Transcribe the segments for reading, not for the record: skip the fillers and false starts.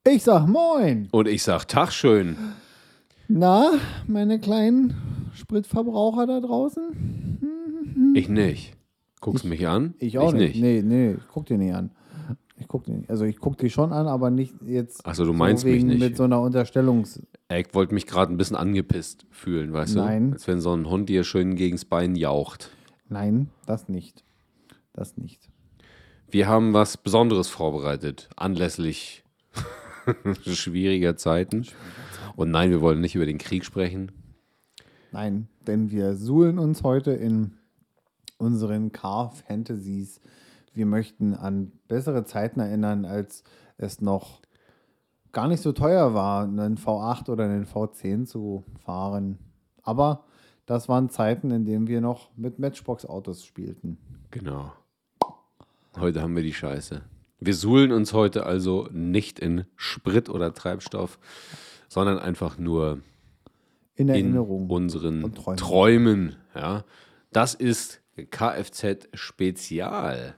Ich sag Moin. Und ich sag Tag schön. Na, meine kleinen Spritverbraucher da draußen? Ich nicht. Guckst mich an? Ich auch nicht. Nee, ich guck dir nicht an. Ich guck dich schon an, aber nicht jetzt. Achso, du meinst so mich nicht. Mit so einer Unterstellungs. Ich wollte mich gerade ein bisschen angepisst fühlen, weißt du? Nein. Als wenn so ein Hund dir schön gegens Bein jaucht. Nein, das nicht. Das nicht. Wir haben was Besonderes vorbereitet, anlässlich schwieriger Zeiten. Und nein, wir wollen nicht über den Krieg sprechen. Nein, denn wir suhlen uns heute in unseren Car-Fantasies. Wir möchten an bessere Zeiten erinnern, als es noch gar nicht so teuer war, einen V8 oder einen V10 zu fahren. Aber das waren Zeiten, in denen wir noch mit Matchbox-Autos spielten. Genau. Heute haben wir die Scheiße. Wir suhlen uns heute also nicht in Sprit oder Treibstoff, sondern einfach nur In Erinnerung. in unseren und Träumen. Träumen. Ja. Das ist Kfz Spezial.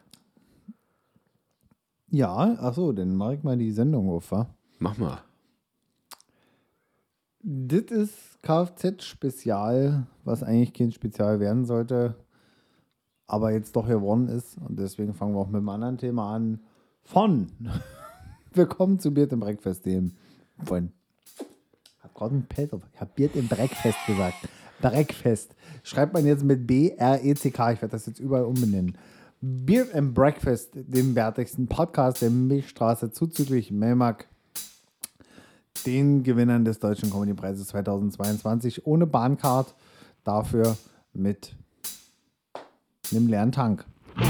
Ja, achso, dann mache ich mal die Sendung auf, wa? Mach mal. Das ist Kfz-Spezial, was eigentlich kein Spezial werden sollte, aber jetzt doch geworden ist. Und deswegen fangen wir auch mit einem anderen Thema an. Willkommen zu Beard and Breakfast, dem von. Ich habe gerade ein Pad auf. Ich habe Beard and Breakfast gesagt. Breakfast. Schreibt man jetzt mit B-R-E-C-K. Ich werde das jetzt überall umbenennen. Beard and Breakfast, dem wertigsten Podcast der Milchstraße zuzüglich Melmark, den Gewinnern des Deutschen Comedy-Preises 2022 ohne Bahncard, dafür mit einem leeren Tank.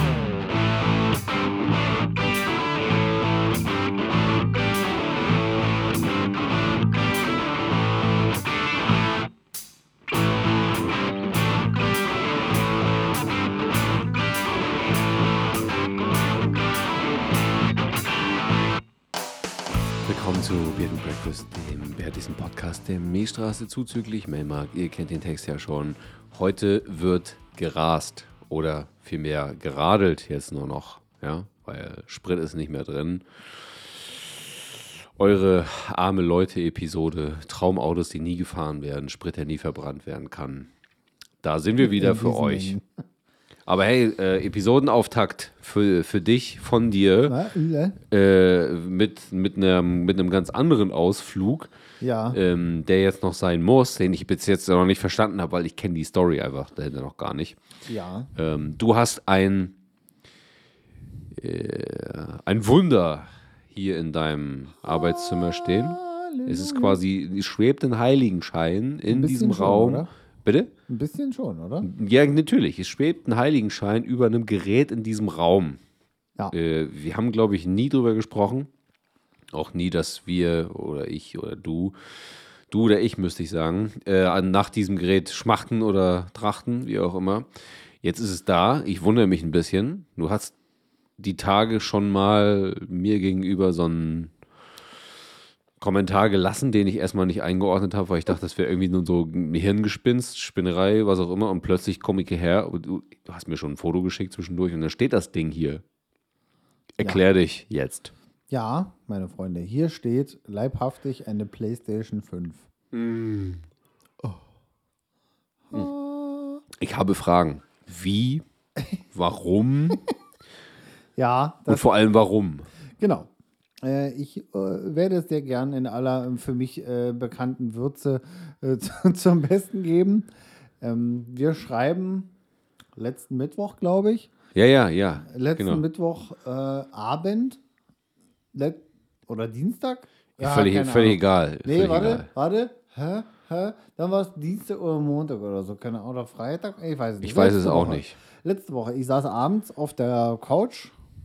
Willkommen zu Beard and Breakfast, dem wertigsten Podcast der Milchstraße zuzüglich Melmark. Ihr kennt den Text ja schon. Heute wird gerast oder vielmehr geradelt jetzt nur noch, ja, weil Sprit ist nicht mehr drin. Eure arme Leute-Episode, Traumautos, die nie gefahren werden, Sprit, der nie verbrannt werden kann. Da sind wir wieder für euch. Aber hey, Episodenauftakt für dich, von dir, mit einem ganz anderen Ausflug, Ja. der jetzt noch sein muss, den ich bis jetzt noch nicht verstanden habe, weil ich kenne die Story einfach dahinter noch gar nicht. Ja. Du hast ein Wunder hier in deinem Arbeitszimmer stehen. Es ist quasi, es schwebt ein Heiligenschein in diesem schon, Raum. oder? Bitte? Ein bisschen schon, oder? Ja, natürlich. Es schwebt ein Heiligenschein über einem Gerät in diesem Raum. Ja. Wir haben, glaube ich, nie drüber gesprochen. Auch nie, dass wir oder ich oder du oder ich, müsste ich sagen, nach diesem Gerät schmachten oder trachten, wie auch immer. Jetzt ist es da. Ich wundere mich ein bisschen. Du hast die Tage schon mal mir gegenüber so einen Kommentar gelassen, den ich erstmal nicht eingeordnet habe, weil ich dachte, das wäre irgendwie nur so ein Hirngespinst, Spinnerei, was auch immer. Und plötzlich komme ich hierher und du hast mir schon ein Foto geschickt zwischendurch und da steht das Ding hier. Erklär dich jetzt. Ja, meine Freunde, hier steht leibhaftig eine PlayStation 5. Ich habe Fragen. Wie? Warum? Ja, Und vor allem warum? genau. Ich werde es sehr gern in aller für mich bekannten Würze zum Besten geben. Wir schreiben letzten Mittwoch, glaube ich. Ja. Letzten Genau. Mittwoch Abend oder Dienstag? Ja, Völlig keine Ahnung. egal. Nee, Völlig warte. egal. Dann war es Dienstag oder Montag oder so, keine Ahnung, oder Freitag, ich weiß es nicht. Ich weiß es Letzte auch Woche. nicht. Letzte Woche, ich saß abends auf der Couch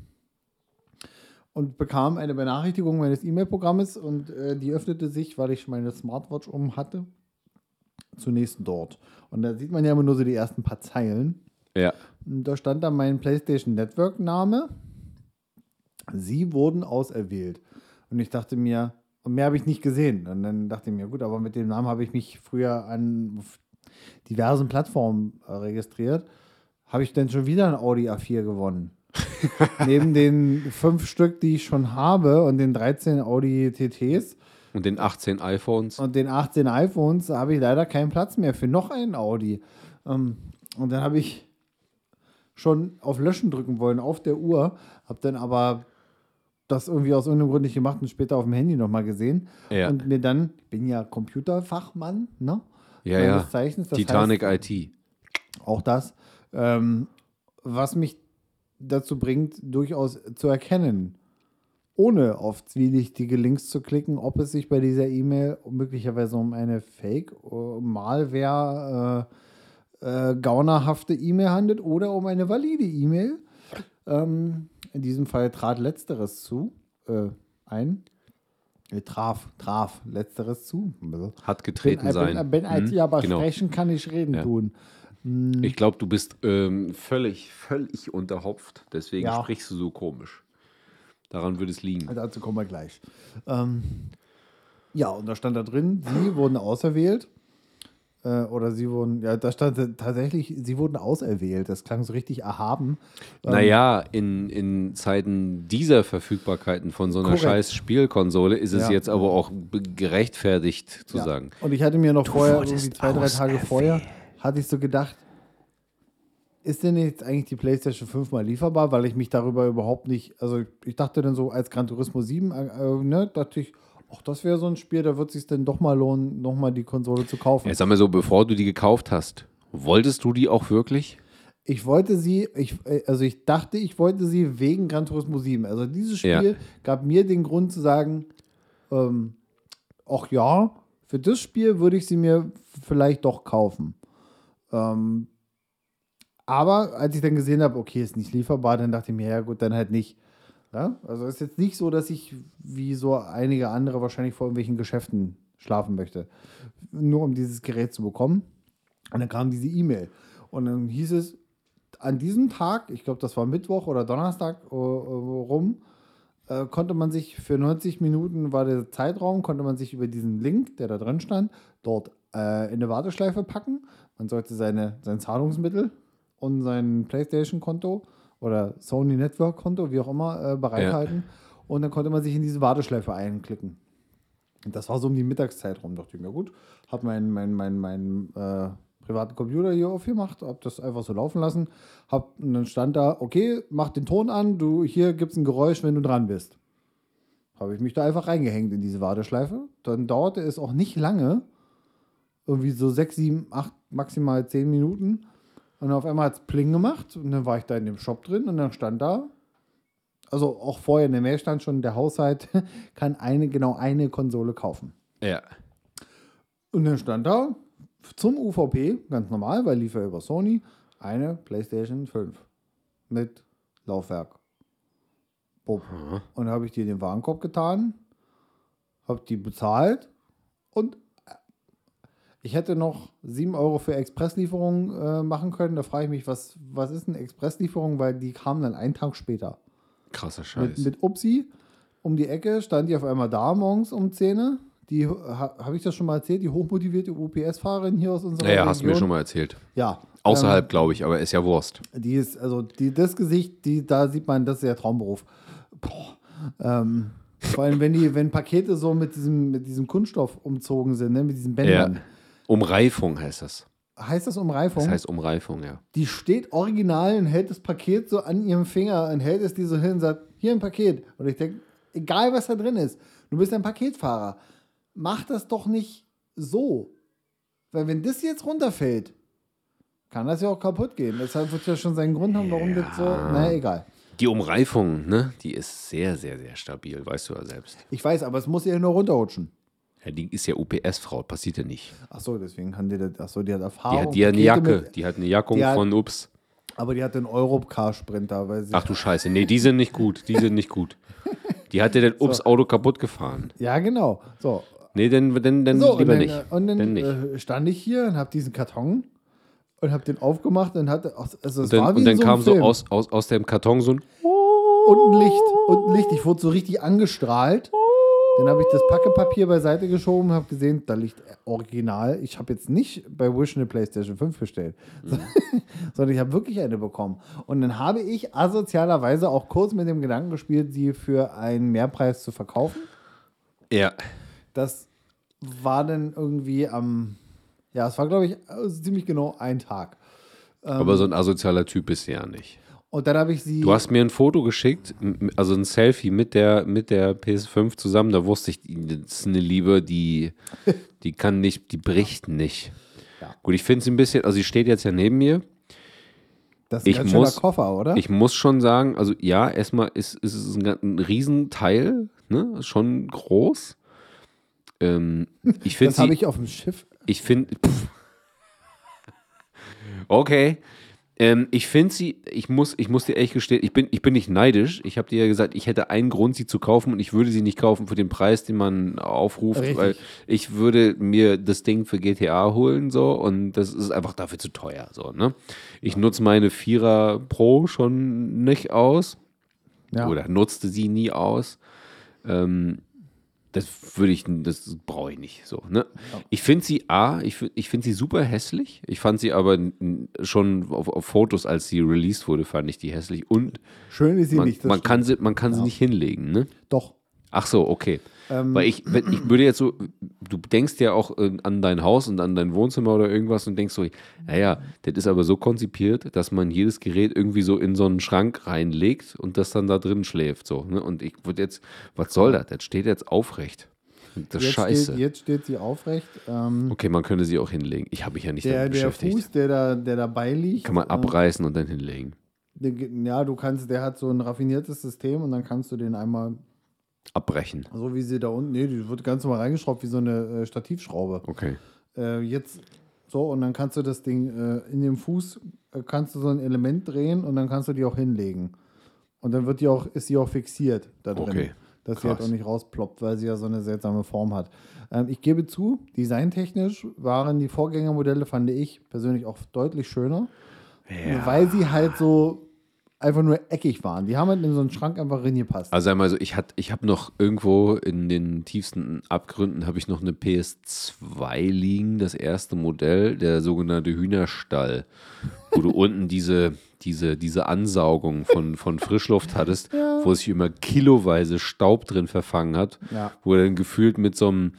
und bekam eine Benachrichtigung meines E-Mail-Programmes und die öffnete sich, weil ich meine Smartwatch hatte, zunächst dort. Und da sieht man ja immer nur so die ersten paar Zeilen. Ja. Und da stand dann mein PlayStation Network-Name. Sie wurden auserwählt. Und ich dachte mir, und mehr habe ich nicht gesehen. Und dann dachte ich mir, gut, aber mit dem Namen habe ich mich früher an diversen Plattformen registriert. Habe ich denn schon wieder ein Audi A4 gewonnen? Neben den 5 Stück, die ich schon habe und den 13 Audi TTs Und den 18 iPhones. und den 18 iPhones habe ich leider keinen Platz mehr für noch einen Audi. Und dann habe ich schon auf Löschen drücken wollen auf der Uhr, habe dann aber das irgendwie aus irgendeinem Grund nicht gemacht und später auf dem Handy nochmal gesehen. Ja. Und mir dann, ich bin ja Computerfachmann, ne? Ja, Meines ja. Zeichens, das Titanic heißt, IT. auch das, was mich dazu bringt, durchaus zu erkennen, ohne auf zwielichtige Links zu klicken, ob es sich bei dieser E-Mail möglicherweise um eine Fake-Malware, gaunerhafte E-Mail handelt oder um eine valide E-Mail. In diesem Fall trat Letzteres zu, traf Letzteres zu. Hat getreten sein. Bin IT, aber genau. sprechen kann ich reden Ja. tun. Ich glaube, du bist völlig unterhopft. Deswegen Ja. sprichst du so komisch. Daran würde es liegen. Dazu kommen wir gleich. Ja, und da stand da drin, sie wurden auserwählt. Oder sie wurden, ja, da stand tatsächlich, sie wurden auserwählt. Das klang so richtig erhaben. Naja, in Zeiten dieser Verfügbarkeiten von so einer Korrekt. scheiß Spielkonsole ist es Ja. jetzt aber auch gerechtfertigt zu Ja. sagen. Und ich hatte mir noch vorher, wurdest irgendwie 2-3 Tage auserwählt. vorher, hatte ich so gedacht, ist denn jetzt eigentlich die PlayStation 5 mal lieferbar? Weil ich mich darüber überhaupt nicht, also ich dachte dann so als Gran Turismo 7, ne, dachte ich, ach, das wäre so ein Spiel, da wird es sich dann doch mal lohnen, nochmal die Konsole zu kaufen. Ja, sag mal so, bevor du die gekauft hast, wolltest du die auch wirklich? Ich wollte sie, ich dachte, ich wollte sie wegen Gran Turismo 7. Also dieses Spiel Ja. gab mir den Grund zu sagen, ach ja, für das Spiel würde ich sie mir vielleicht doch kaufen. Aber als ich dann gesehen habe, okay, ist nicht lieferbar, dann dachte ich mir, ja gut, dann halt nicht. Ja? Also ist jetzt nicht so, dass ich wie so einige andere wahrscheinlich vor irgendwelchen Geschäften schlafen möchte. Nur um dieses Gerät zu bekommen. Und dann kam diese E-Mail. Und dann hieß es, an diesem Tag, ich glaube, das war Mittwoch oder Donnerstag rum, konnte man sich für 90 Minuten, war der Zeitraum, konnte man sich über diesen Link, der da drin stand, dort in eine Warteschleife packen. Man sollte sein Zahlungsmittel und sein PlayStation-Konto oder Sony Network-Konto, wie auch immer, bereithalten. Und dann konnte man sich in diese Warteschleife einklicken. Und das war so um die Mittagszeit rum. Dachte ich mir, gut, habe meinen privaten Computer hier aufgemacht, habe das einfach so laufen lassen. Und dann stand da, okay, mach den Ton an, hier gibt es ein Geräusch, wenn du dran bist. Habe ich mich da einfach reingehängt in diese Warteschleife. Dann dauerte es auch nicht lange, irgendwie so 6, 7, 8, maximal 10 Minuten. Und auf einmal hat es Pling gemacht und dann war ich da in dem Shop drin und dann stand da, also auch vorher in der Mail stand schon, der Haushalt kann eine Konsole kaufen. Ja. Und dann stand da zum UVP, ganz normal, weil lief ja über Sony, eine PlayStation 5 mit Laufwerk. Bumm. Und dann habe ich die in den Warenkorb getan, habe die bezahlt und ich hätte noch 7 Euro für Expresslieferung machen können. Da frage ich mich, was ist eine Expresslieferung, weil die kam dann einen Tag später. Krasser Scheiß. Mit Upsi um die Ecke stand die auf einmal da morgens um 10. Die, habe ich das schon mal erzählt, die hochmotivierte UPS-Fahrerin hier aus unserer Naja, Region. hast du mir schon mal erzählt. Ja. Außerhalb, glaube ich, aber ist ja Wurst. Die ist, also das Gesicht, da sieht man, das ist der Traumberuf. Boah. Vor allem, wenn Pakete so mit diesem Kunststoff umzogen sind, ne, mit diesen Bändern. Ja. Umreifung heißt das. Heißt das Umreifung? Das heißt Umreifung, ja. Die steht original und hält das Paket so an ihrem Finger und hält es dir so hin und sagt, hier ein Paket. Und ich denke, egal was da drin ist, du bist ein Paketfahrer. Mach das doch nicht so. Weil wenn das jetzt runterfällt, kann das ja auch kaputt gehen. Deshalb wird es ja schon seinen Grund haben, warum das so, naja, egal. Die Umreifung, ne, die ist sehr, sehr, sehr stabil, weißt du ja selbst. Ich weiß, aber es muss ja nur runterrutschen. Ja, die ist ja UPS-Frau, passiert ja nicht. Achso, deswegen kann die das, die hat Erfahrung. Die hat eine Pakete Jacke, die hat eine Jackung die hat- von Ups. Aber die hat den Europcar-Sprinter. Weil sie, Ach du Scheiße, nee, die sind nicht gut, die sind nicht gut. Die hat ja den Ups-Auto kaputt gefahren. ja, genau. So, Nee, dann so lieber und nicht. Und dann Dann nicht. stand ich hier und habe diesen Karton und habe den aufgemacht und hatte, also es Und war dann, wie und dann in so kam einem so Film. aus dem Karton so ein Und ein Licht. Ich wurde so richtig angestrahlt Dann habe ich das Packepapier beiseite geschoben und habe gesehen, da liegt original. Ich habe jetzt nicht bei Wish eine PlayStation 5 bestellt, sondern ich habe wirklich eine bekommen. Und dann habe ich asozialerweise auch kurz mit dem Gedanken gespielt, sie für einen Mehrpreis zu verkaufen. Ja. Das war dann irgendwie es war, glaube ich, ziemlich genau ein Tag. Aber so ein asozialer Typ bist du ja nicht. Und dann habe ich sie. Du hast mir ein Foto geschickt, also ein Selfie mit der PS5 zusammen. Da wusste ich, das ist eine Liebe, die kann nicht, die bricht nicht. Ja. Gut, ich finde es ein bisschen, also sie steht jetzt ja neben mir. Das ist ein ganz schöner Koffer, oder? Ich muss schon sagen, also ja, erstmal ist es ein Riesenteil, ne? Ist schon groß. Ich finde das habe ich auf dem Schiff. Ich finde. Okay. Ich finde sie, ich muss dir ehrlich gestehen, ich bin nicht neidisch. Ich habe dir ja gesagt, ich hätte einen Grund, sie zu kaufen und ich würde sie nicht kaufen für den Preis, den man aufruft, Richtig. weil ich würde mir das Ding für GTA holen so und das ist einfach dafür zu teuer. So, ne? Ich nutze meine 4er Pro schon nicht aus oder nutzte sie nie aus. Das brauche ich nicht so. Ne? Ja. Ich finde sie ich finde sie super hässlich. Ich fand sie aber schon auf Fotos, als sie released wurde, fand ich die hässlich. Und schön ist sie nicht. Man kann sie nicht hinlegen, ne? Doch. Ach so, okay. Weil ich würde jetzt so, du denkst ja auch an dein Haus und an dein Wohnzimmer oder irgendwas und denkst so, naja, das ist aber so konzipiert, dass man jedes Gerät irgendwie so in so einen Schrank reinlegt und das dann da drin schläft. So, ne? Und ich würde jetzt, was soll das? Das steht jetzt aufrecht. Das ist scheiße. Jetzt steht sie aufrecht. Okay, man könnte sie auch hinlegen. Ich habe mich ja nicht damit beschäftigt. Der Fuß, der dabei liegt. Kann man abreißen und dann hinlegen. Ja, der hat so ein raffiniertes System und dann kannst du den einmal abbrechen. So wie sie da unten, nee, die wird ganz normal reingeschraubt wie so eine Stativschraube. Okay. Jetzt so und dann kannst du das Ding in dem Fuß, kannst du so ein Element drehen und dann kannst du die auch hinlegen. Und dann ist die auch fixiert da drin. Okay. Dass sie halt auch nicht rausploppt, weil sie ja so eine seltsame Form hat. Ich gebe zu, designtechnisch waren die Vorgängermodelle, fand ich persönlich auch deutlich schöner. Ja. Weil sie halt so einfach nur eckig waren. Die haben halt in so einen Schrank einfach reingepasst. Also einmal so, ich habe noch irgendwo in den tiefsten Abgründen habe ich noch eine PS2 liegen, das erste Modell, der sogenannte Hühnerstall, wo du unten diese Ansaugung von Frischluft hattest, wo sich immer kiloweise Staub drin verfangen hat, wo du dann gefühlt mit so einem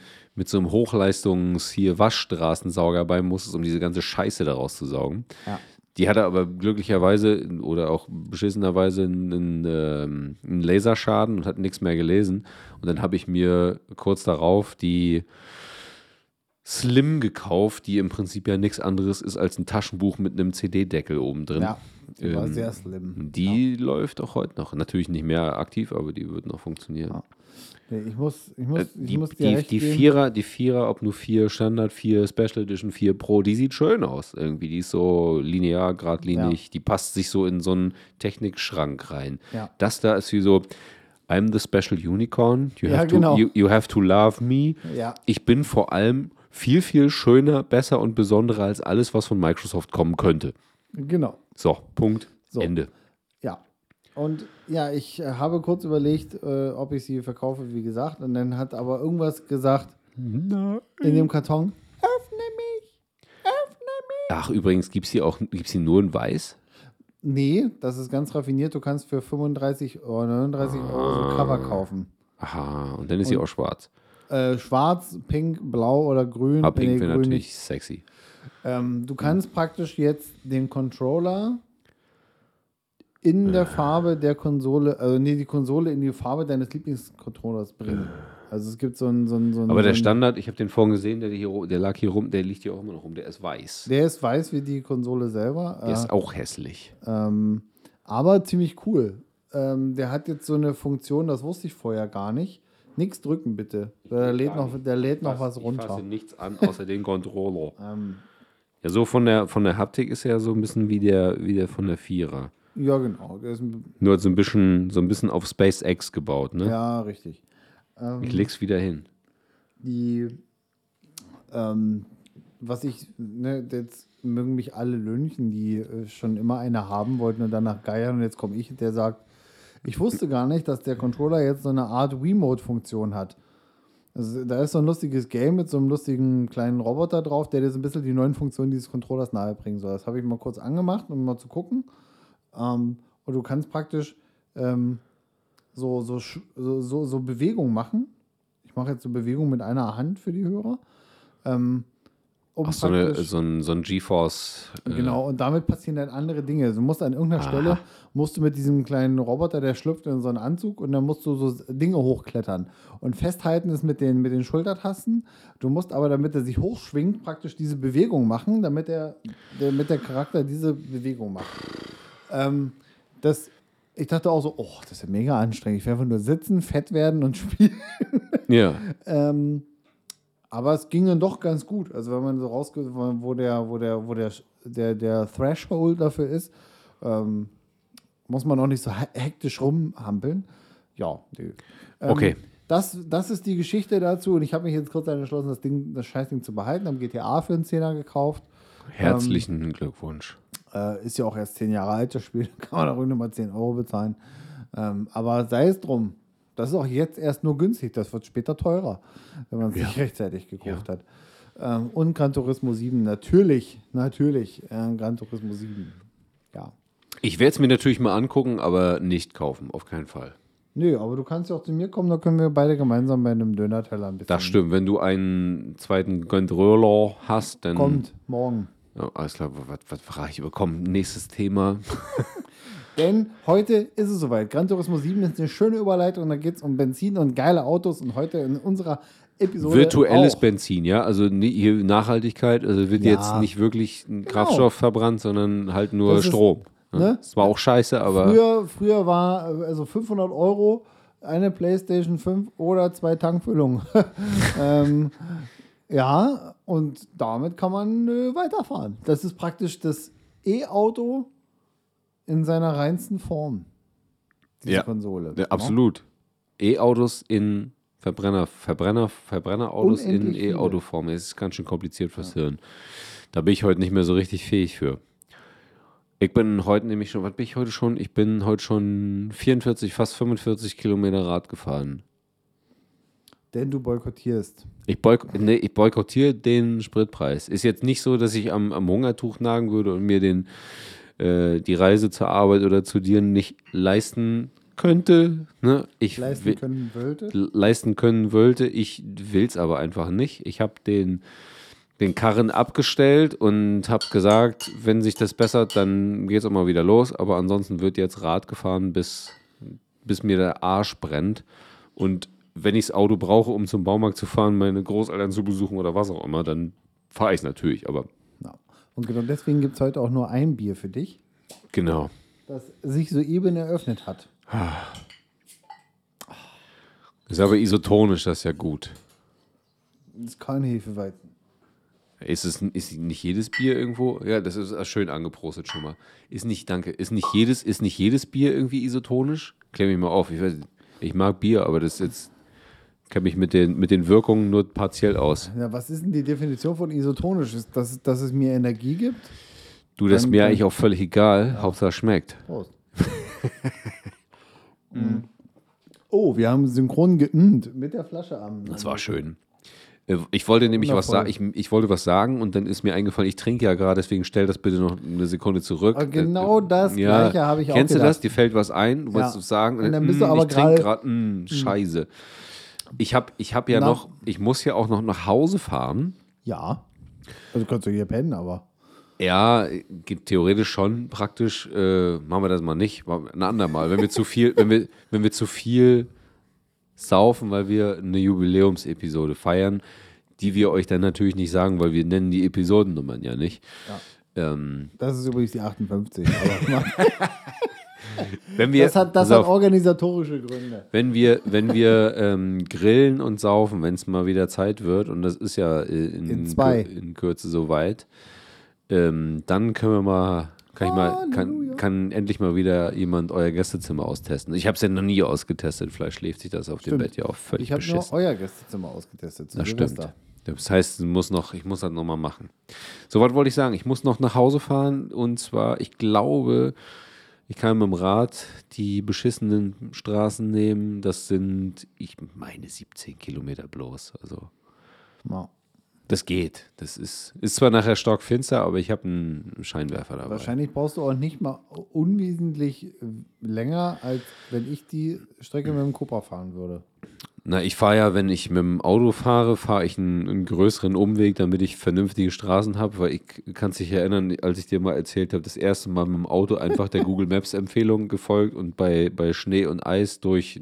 Hochleistungs-Waschstraßensauger bei musstest, um diese ganze Scheiße da rauszusaugen. Ja. Die hatte aber glücklicherweise oder auch beschissenerweise einen Laserschaden und hat nichts mehr gelesen. Und dann habe ich mir kurz darauf die Slim gekauft, die im Prinzip ja nichts anderes ist als ein Taschenbuch mit einem CD-Deckel oben drin. Ja, die war sehr slim. Die läuft auch heute noch. Natürlich nicht mehr aktiv, aber die wird noch funktionieren. Ja. Nee, ich muss die Vierer, ob nur 4 Standard, 4 Special Edition, 4 Pro, die sieht schön aus irgendwie. Die ist so linear, geradlinig, die passt sich so in so einen Technikschrank rein. Ja. Das da ist wie so, I'm the Special Unicorn, you have to love me. Ja. Ich bin vor allem viel, viel schöner, besser und besonderer als alles, was von Microsoft kommen könnte. Genau. So, Punkt, Ende. Ja. Und ja, ich habe kurz überlegt, ob ich sie verkaufe, wie gesagt. Und dann hat aber irgendwas gesagt in dem Karton. Öffne mich! Ach, übrigens, gibt's die nur in weiß? Nee, das ist ganz raffiniert. Du kannst für 35 oder 39 Euro so ein Cover kaufen. Aha, und dann ist sie auch schwarz. Schwarz, pink, blau oder grün. Pink wäre natürlich sexy. Du kannst praktisch jetzt den Controller in der Farbe der Konsole, die Konsole in die Farbe deines Lieblingscontrollers bringen. Also es gibt so ein aber der Standard, ich habe den vorhin gesehen, der lag hier rum, der liegt hier auch immer noch rum, der ist weiß. Der ist weiß wie die Konsole selber. Der ist auch hässlich. Aber ziemlich cool. Der hat jetzt so eine Funktion, das wusste ich vorher gar nicht. Nichts drücken bitte. Der lädt noch was runter. Ich fasse nichts an, außer den Controller. Ja, so von der Haptik ist er so ein bisschen wie der von der Vierer. Ja, genau. Nur so ein bisschen auf SpaceX gebaut, ne? Ja, richtig. Ich leg's wieder hin. Jetzt mögen mich alle lünchen, die schon immer eine haben wollten und danach geiern und jetzt komme ich, der sagt, ich wusste gar nicht, dass der Controller jetzt so eine Art Wiimote-Funktion hat. Also, da ist so ein lustiges Game mit so einem lustigen kleinen Roboter drauf, der dir so ein bisschen die neuen Funktionen dieses Controllers nahebringen soll. Das habe ich mal kurz angemacht, um mal zu gucken. Und du kannst praktisch so Bewegungen machen. Ich mache jetzt so Bewegungen mit einer Hand für die Hörer. Ach, so ein GeForce. Genau, und damit passieren dann andere Dinge. Du musst an irgendeiner Stelle, musst du mit diesem kleinen Roboter, der schlüpft in so einen Anzug und dann musst du so Dinge hochklettern. Und festhalten ist mit den Schultertasten. Du musst aber, damit er sich hochschwingt, praktisch diese Bewegung machen, damit der Charakter diese Bewegung macht. Ich dachte auch so, oh, das ist ja mega anstrengend. Ich werde einfach nur sitzen, fett werden und spielen. Ja. Aber es ging dann doch ganz gut. Also wenn man so rausgeht, wo der Threshold dafür ist, muss man auch nicht so hektisch rumhampeln. Ja. Okay. Das ist die Geschichte dazu. Und ich habe mich jetzt kurz entschlossen, das Scheißding zu behalten. Haben GTA für einen 10er gekauft. Herzlichen Glückwunsch. Ist ja auch erst 10 Jahre alt, das Spiel. Kann man auch nochmal 10 € bezahlen. Aber sei es drum. Das ist auch jetzt erst nur günstig. Das wird später teurer, wenn man es nicht rechtzeitig gekauft hat. Und Gran Turismo 7. Natürlich. Gran Turismo 7. Ja. Ich werde es mir natürlich mal angucken, aber nicht kaufen. Auf keinen Fall. Nö, aber du kannst ja auch zu mir kommen, da können wir beide gemeinsam bei einem Döner-Teller ein bisschen. Das stimmt. Wenn du einen zweiten Controller hast, dann... Kommt, morgen. Ja, alles klar, was frage ich bekommen? Nächstes Thema. Denn heute ist es soweit. Gran Turismo 7 ist eine schöne Überleitung. Da geht es um Benzin und geile Autos. Und heute in unserer Episode virtuelles auch. Benzin, ja? Also hier Nachhaltigkeit. Also wird jetzt nicht wirklich ein Kraftstoff verbrannt, sondern halt nur Das ist, Strom. Ne? Das war auch scheiße, aber... Früher war also 500 € eine PlayStation 5 oder 2 Tankfüllungen. Ja, und damit kann man weiterfahren. Das ist praktisch das E-Auto in seiner reinsten Form. Diese Konsole. Ja, absolut. E-Autos in Verbrennerautos in E-Auto-Form. Es ist ganz schön kompliziert fürs Hirn. Da bin ich heute nicht mehr so richtig fähig für. Ich bin heute nämlich schon, was bin ich heute schon? Ich bin heute schon 44, fast 45 Kilometer Rad gefahren. Denn du boykottierst. Ich boykottiere den Spritpreis. Ist jetzt nicht so, dass ich am Hungertuch nagen würde und mir die Reise zur Arbeit oder zu dir nicht leisten könnte. Ne? Leisten können wollte. Ich will es aber einfach nicht. Ich habe den Karren abgestellt und habe gesagt, wenn sich das bessert, dann geht es auch mal wieder los. Aber ansonsten wird jetzt Rad gefahren, bis mir der Arsch brennt. Und wenn ich das Auto brauche, um zum Baumarkt zu fahren, meine Großeltern zu besuchen oder was auch immer, dann fahre ich es natürlich. Aber und genau deswegen gibt es heute auch nur ein Bier für dich. Genau. Das sich soeben eröffnet hat. Ist aber isotonisch, das ist ja gut. Das ist kein Hefeweizen. Ist nicht jedes Bier irgendwo? Ja, das ist schön angeprostet schon mal. Ist nicht jedes Bier irgendwie isotonisch? Klär mich mal auf. Ich mag Bier, aber das jetzt kenne mich mit den Wirkungen nur partiell aus. Ja, was ist denn die Definition von isotonisch? Dass es mir Energie gibt? Du, das ist mir eigentlich auch völlig egal. Ja. Hauptsache schmeckt. Prost. Oh, wir haben synchron geübt mit der Flasche am. Das war schön. Ich wollte nämlich was sagen. Ich wollte was sagen und dann ist mir eingefallen, ich trinke ja gerade, deswegen stell das bitte noch eine Sekunde zurück. Aber genau das Gleiche habe ich auch Kennst gedacht. du das? Dir fällt was ein, du wolltest es sagen. Und dann bist du aber ich trinke gerade, scheiße. Ich hab ja noch, ich muss ja auch noch nach Hause fahren. Ja. Also kannst du hier pennen, aber. Ja, geht theoretisch schon praktisch. Machen wir das mal nicht. Ein andermal. Wenn wir zu viel, wenn wir zu viel saufen, weil wir eine Jubiläumsepisode feiern, die wir euch dann natürlich nicht sagen, weil wir nennen die Episodennummern ja nicht. Ja. Das ist übrigens die 58. Das hat organisatorische Gründe. Wenn wir grillen und saufen, wenn es mal wieder Zeit wird, und das ist ja in Kürze soweit, dann können wir mal, kann endlich mal wieder jemand euer Gästezimmer austesten. Ich habe es ja noch nie ausgetestet, vielleicht schläft sich das auf dem Bett ja auch völlig beschissen. Ich habe nur euer Gästezimmer ausgetestet. Das stimmt. Das heißt, ich muss das nochmal machen. So, was wollte ich sagen? Ich muss noch nach Hause fahren und zwar, ich glaube, Ich kann mit dem Rad die beschissenen Straßen nehmen. Das sind, ich meine, 17 Kilometer bloß. Also, Ja. das geht. Das ist zwar nachher stockfinster, aber ich habe einen Scheinwerfer dabei. Wahrscheinlich brauchst du auch nicht mal unwesentlich länger, als wenn ich die Strecke mit dem Cupra fahren würde. Na, ich fahre ja, wenn ich mit dem Auto fahre, fahre ich einen größeren Umweg, damit ich vernünftige Straßen habe, weil ich kann dich erinnern, als ich dir mal erzählt habe, das erste Mal mit dem Auto einfach der Google Maps Empfehlung gefolgt und bei Schnee und Eis durch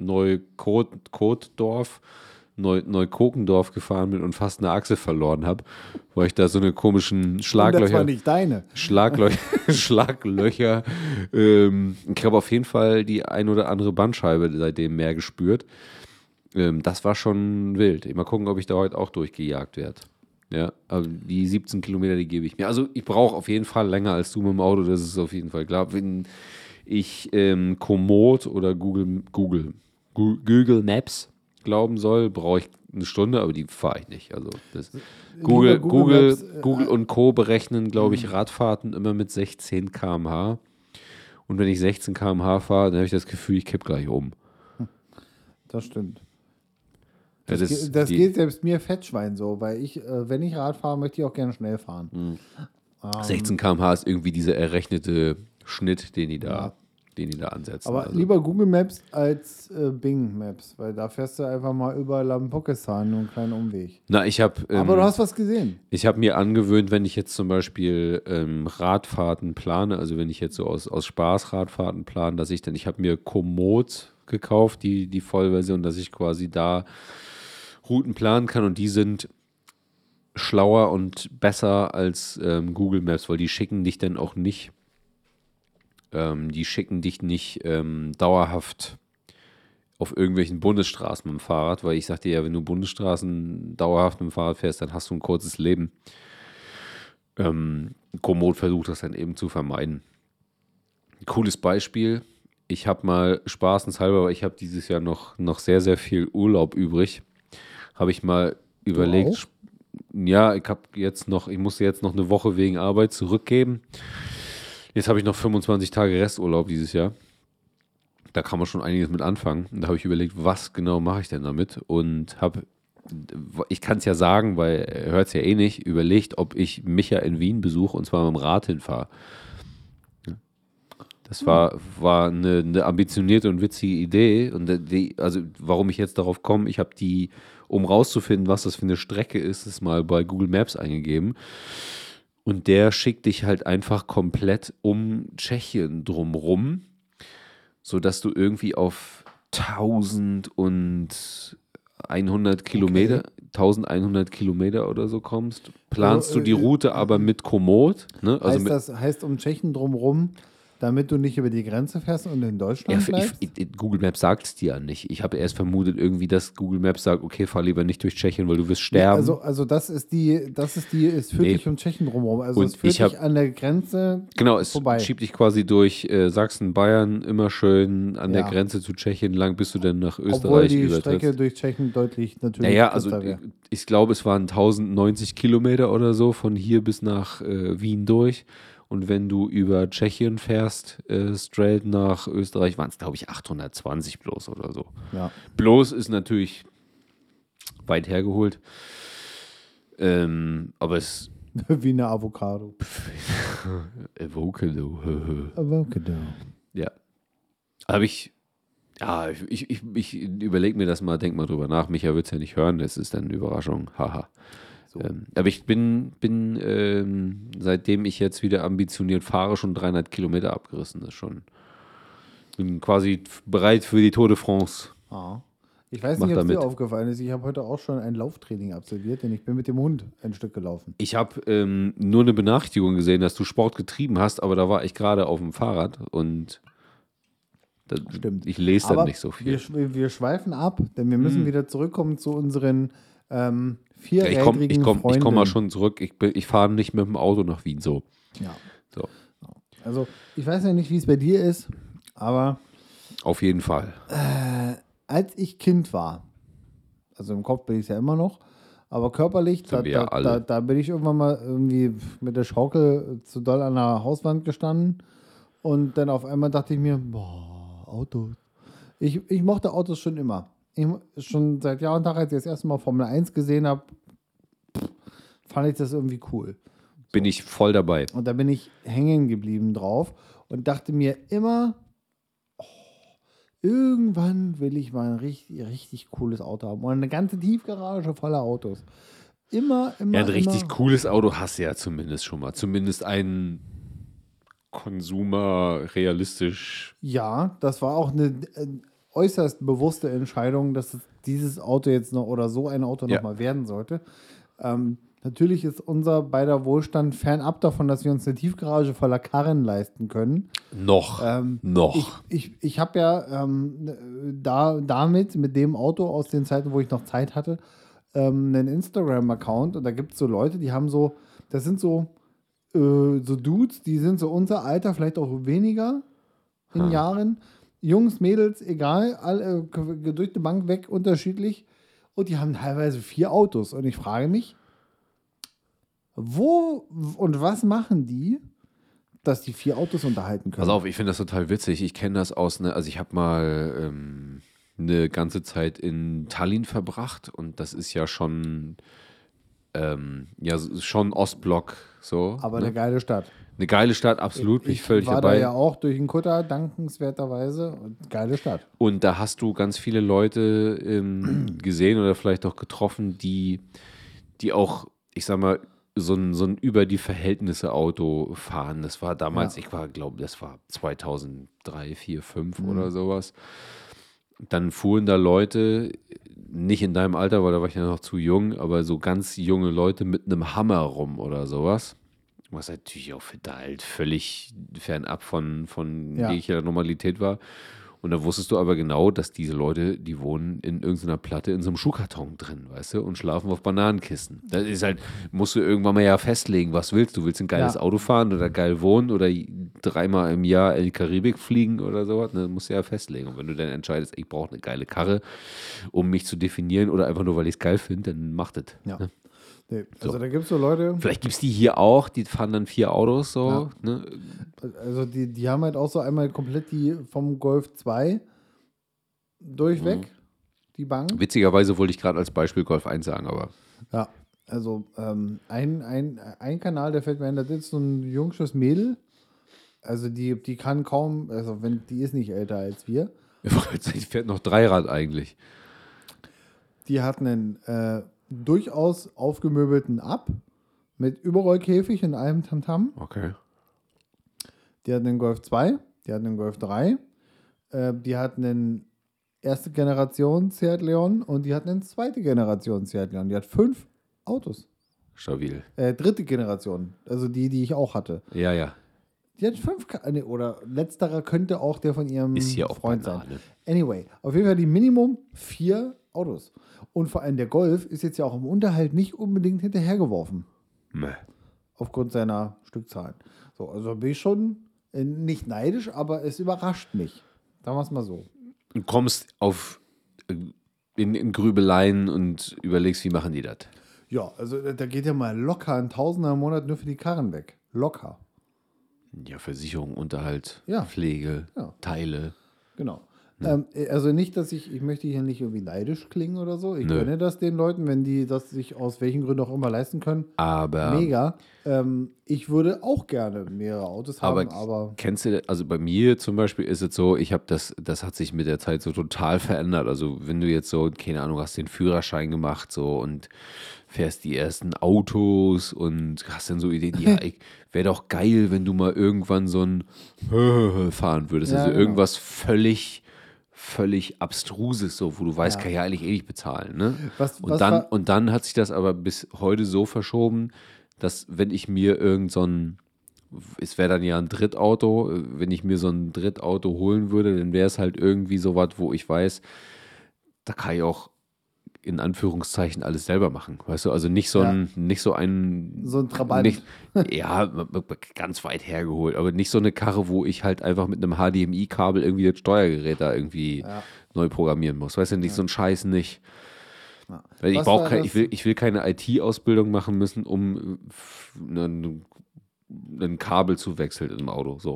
Neukokendorf gefahren bin und fast eine Achse verloren habe, weil ich da so eine komischen Und das war Schlaglöcher, nicht deine. Schlaglöcher, ich habe auf jeden Fall die ein oder andere Bandscheibe seitdem mehr gespürt. Das war schon wild. Mal gucken, ob ich da heute auch durchgejagt werde. Ja, aber die 17 Kilometer, die gebe ich mir. Also ich brauche auf jeden Fall länger als du mit dem Auto, das ist auf jeden Fall klar. Wenn ich Komoot oder Google Maps glauben soll, brauche ich eine Stunde, aber die fahre ich nicht. Also das, Google Maps, und Co. berechnen, glaube ich, Radfahrten immer mit 16 km/h. Und wenn ich 16 km/h fahre, dann habe ich das Gefühl, ich kipp gleich um. Das stimmt. Ja, Das geht selbst mir Fettschwein so, weil ich, wenn ich Rad fahre, möchte ich auch gerne schnell fahren. 16 km/h ist irgendwie dieser errechnete Schnitt, den die da ansetzen. Aber Also. lieber Google Maps als Bing Maps, weil da fährst du einfach mal über Lampokistan, nur einen kleinen Umweg. Na, ich habe. Aber du hast was gesehen. Ich habe mir angewöhnt, wenn ich jetzt zum Beispiel Radfahrten plane, also wenn ich jetzt so aus Spaß Radfahrten plane, dass ich habe mir Komoot gekauft, die Vollversion, dass ich quasi da Routen planen kann und die sind schlauer und besser als Google Maps, weil die schicken dich dann auch nicht, dauerhaft auf irgendwelchen Bundesstraßen mit dem Fahrrad, weil ich sagte ja, wenn du Bundesstraßen dauerhaft mit dem Fahrrad fährst, dann hast du ein kurzes Leben. Komoot versucht das dann eben zu vermeiden. Cooles Beispiel. Ich habe mal spaßenshalber, weil ich habe dieses Jahr noch sehr, sehr viel Urlaub übrig, habe ich mal überlegt, ja, ich musste jetzt noch eine Woche wegen Arbeit zurückgeben. Jetzt habe ich noch 25 Tage Resturlaub dieses Jahr. Da kann man schon einiges mit anfangen. Und da habe ich überlegt, was genau mache ich denn damit? Und ich kann es ja sagen, weil er hört es ja eh nicht, überlegt, ob ich Micha in Wien besuche und zwar mit dem Rad hinfahre. Das war eine ambitionierte und witzige Idee. Und also warum ich jetzt darauf komme, ich habe um rauszufinden, was das für eine Strecke ist, es mal bei Google Maps eingegeben. Und der schickt dich halt einfach komplett um Tschechien drumrum, sodass du irgendwie auf 1100 Kilometer, 1100 Kilometer oder so kommst. Planst du die Route aber mit Komoot. Ne? Also heißt um Tschechien drumherum, damit du nicht über die Grenze fährst und in Deutschland bleibst? Google Maps sagt es dir ja nicht. Ich habe erst vermutet irgendwie, dass Google Maps sagt, okay, fahr lieber nicht durch Tschechien, weil du wirst sterben. Also es führt dich um Tschechien drumherum. Also und es führt dich an der Grenze vorbei. Es schiebt dich quasi durch Sachsen, Bayern, immer schön an der Grenze zu Tschechien lang, bis du dann nach Österreich Obwohl die Strecke durch Tschechien deutlich natürlich wäre. Ich glaube, es waren 1090 Kilometer oder so von hier bis nach Wien durch. Und wenn du über Tschechien fährst, straight nach Österreich, waren es, glaube ich, 820 bloß oder so. Ja. Bloß ist natürlich weit hergeholt. Aber es. Wie eine Avocado. Avocado. Avocado. Ja. Aber ich überlege mir das mal, denk mal drüber nach. Micha wird es ja nicht hören, das ist dann eine Überraschung. Haha. Aber ich bin seitdem ich jetzt wieder ambitioniert fahre, schon 300 Kilometer abgerissen. Das ist schon. Bin quasi bereit für die Tour de France. Ah. Ich weiß nicht, ob es dir aufgefallen ist. Ich habe heute auch schon ein Lauftraining absolviert, denn ich bin mit dem Hund ein Stück gelaufen. Ich habe nur eine Benachrichtigung gesehen, dass du Sport getrieben hast, aber da war ich gerade auf dem Fahrrad und stimmt. Ich lese dann nicht so viel. Wir schweifen ab, denn wir müssen wieder zurückkommen zu unseren vierrädrigen Freunden. Ich komme mal schon zurück. Ich fahre nicht mit dem Auto nach Wien so. Ja. So. Also ich weiß ja nicht, wie es bei dir ist, aber auf jeden Fall. Als ich Kind war, also im Kopf bin ich es ja immer noch, aber körperlich, da bin ich irgendwann mal irgendwie mit der Schaukel zu doll an der Hauswand gestanden Und dann auf einmal dachte ich mir, boah, Autos. Ich mochte Autos schon immer. Schon seit Jahr und Tag, als ich das erste Mal Formel 1 gesehen habe, fand ich das irgendwie cool. Bin ich voll dabei. Und da bin ich hängen geblieben drauf und dachte mir immer, irgendwann will ich mal ein richtig, richtig cooles Auto haben. Und eine ganze Tiefgarage voller Autos. Immer. Ja, ein richtig cooles Auto hast du ja zumindest schon mal. Zumindest ein Consumer realistisch. Ja, das war auch eine äußerst bewusste Entscheidung, dass es dieses Auto jetzt noch oder so ein Auto Ja. noch mal werden sollte. Natürlich ist unser beider Wohlstand fernab davon, dass wir uns eine Tiefgarage voller Karren leisten können. Noch. Ich habe ja mit dem Auto aus den Zeiten, wo ich noch Zeit hatte, einen Instagram-Account und da gibt es so Leute, die haben so, das sind so Dudes, die sind so unser Alter, vielleicht auch weniger in Jahren. Jungs, Mädels, egal, alle durch die Bank weg, unterschiedlich. Und die haben teilweise 4 Autos. Und ich frage mich, wo und was machen die, dass die 4 Autos unterhalten können? Pass auf, ich finde das total witzig. Ich kenne das also ich habe mal eine ganze Zeit in Tallinn verbracht und das ist ja schon, schon Ostblock so. Aber ne? eine geile Stadt. Eine geile Stadt, absolut, bin ich völlig war dabei. da ja auch durch den Kutter, dankenswerterweise. Und geile Stadt. Und da hast du ganz viele Leute gesehen oder vielleicht auch getroffen, die auch, ich sag mal, so ein über die Verhältnisse Auto fahren. Das war damals, ich glaube, das war 2003, 2004, 2005 oder sowas. Dann fuhren da Leute, nicht in deinem Alter, weil da war ich ja noch zu jung, aber so ganz junge Leute mit einem Hammer rum oder sowas. Was natürlich auch halt völlig fernab von jeglicher Normalität war. Und da wusstest du aber genau, dass diese Leute, die wohnen in irgendeiner Platte in so einem Schuhkarton drin, weißt du, und schlafen auf Bananenkisten. Das ist halt, musst du irgendwann mal ja festlegen, was willst du? Willst du ein geiles Auto fahren oder geil wohnen oder 3-mal im Jahr in die Karibik fliegen oder sowas? Ne, musst du ja festlegen. Und wenn du dann entscheidest, ich brauche eine geile Karre, um mich zu definieren oder einfach nur, weil ich es geil finde, dann mach das. Ja. Ne? Nee, also da gibt es so Leute. Vielleicht gibt es die hier auch, die fahren dann 4 Autos so. Ja. Ne? Also die haben halt auch so einmal komplett die vom Golf 2 durchweg, die Bank. Witzigerweise wollte ich gerade als Beispiel Golf 1 sagen, aber. Ja, also ein Kanal, der fällt mir ein, da ist so ein jungsches Mädel. Also die kann kaum, also die ist nicht älter als wir. Die fährt noch Dreirad eigentlich. Die hat einen durchaus aufgemöbelten Up mit Überrollkäfig und allem Tamtam. Okay. Die hat einen Golf 2, die hat einen Golf 3, die hat einen erste Generation Seat Leon und die hat einen zweite Generation Seat Leon. Die hat 5 Autos. Stabil. Dritte Generation, also die ich auch hatte. Ja, ja. Die hat 5, oder letzterer könnte auch der von ihrem Ist hier auch Freund Banane. sein. Anyway, auf jeden Fall die Minimum 4 Autos. Und vor allem der Golf ist jetzt ja auch im Unterhalt nicht unbedingt hinterhergeworfen. Meh. Aufgrund seiner Stückzahlen. So, also bin ich schon nicht neidisch, aber es überrascht mich. Sagen wir es mal so. Du kommst in Grübeleien und überlegst, wie machen die das? Ja, also da geht ja mal locker ein Tausender im Monat nur für die Karren weg. Locker. Ja, Versicherung, Unterhalt, Ja. Pflege, Ja. Teile. Genau. Also nicht, dass ich möchte hier nicht irgendwie neidisch klingen oder so. Ich Nö. gönne das den Leuten, wenn die das sich aus welchen Gründen auch immer leisten können. Aber, Mega. Ich würde auch gerne mehrere Autos haben, aber kennst du, also bei mir zum Beispiel ist es so, ich habe das hat sich mit der Zeit so total verändert. Also wenn du jetzt so, keine Ahnung, hast den Führerschein gemacht so und fährst die ersten Autos und hast dann so Ideen, ja, wäre doch geil, wenn du mal irgendwann so ein fahren würdest. Ja, Also genau. irgendwas völlig Abstruses, so, wo du weißt, kann ich ja eigentlich eh nicht bezahlen. Ne? Und dann hat sich das aber bis heute so verschoben, dass wenn ich mir es wäre dann ja ein Drittauto, wenn ich mir so ein Drittauto holen würde, dann wäre es halt irgendwie so was, wo ich weiß, da kann ich auch in Anführungszeichen alles selber machen. Weißt du, also nicht so ein Trabant. Nicht, ja, ganz weit hergeholt, aber nicht so eine Karre, wo ich halt einfach mit einem HDMI-Kabel irgendwie das Steuergerät da irgendwie neu programmieren muss. Weißt du, nicht so ein Scheiß nicht. Ja. Weil ich will keine IT-Ausbildung machen müssen, um ein Kabel zu wechseln im Auto. So.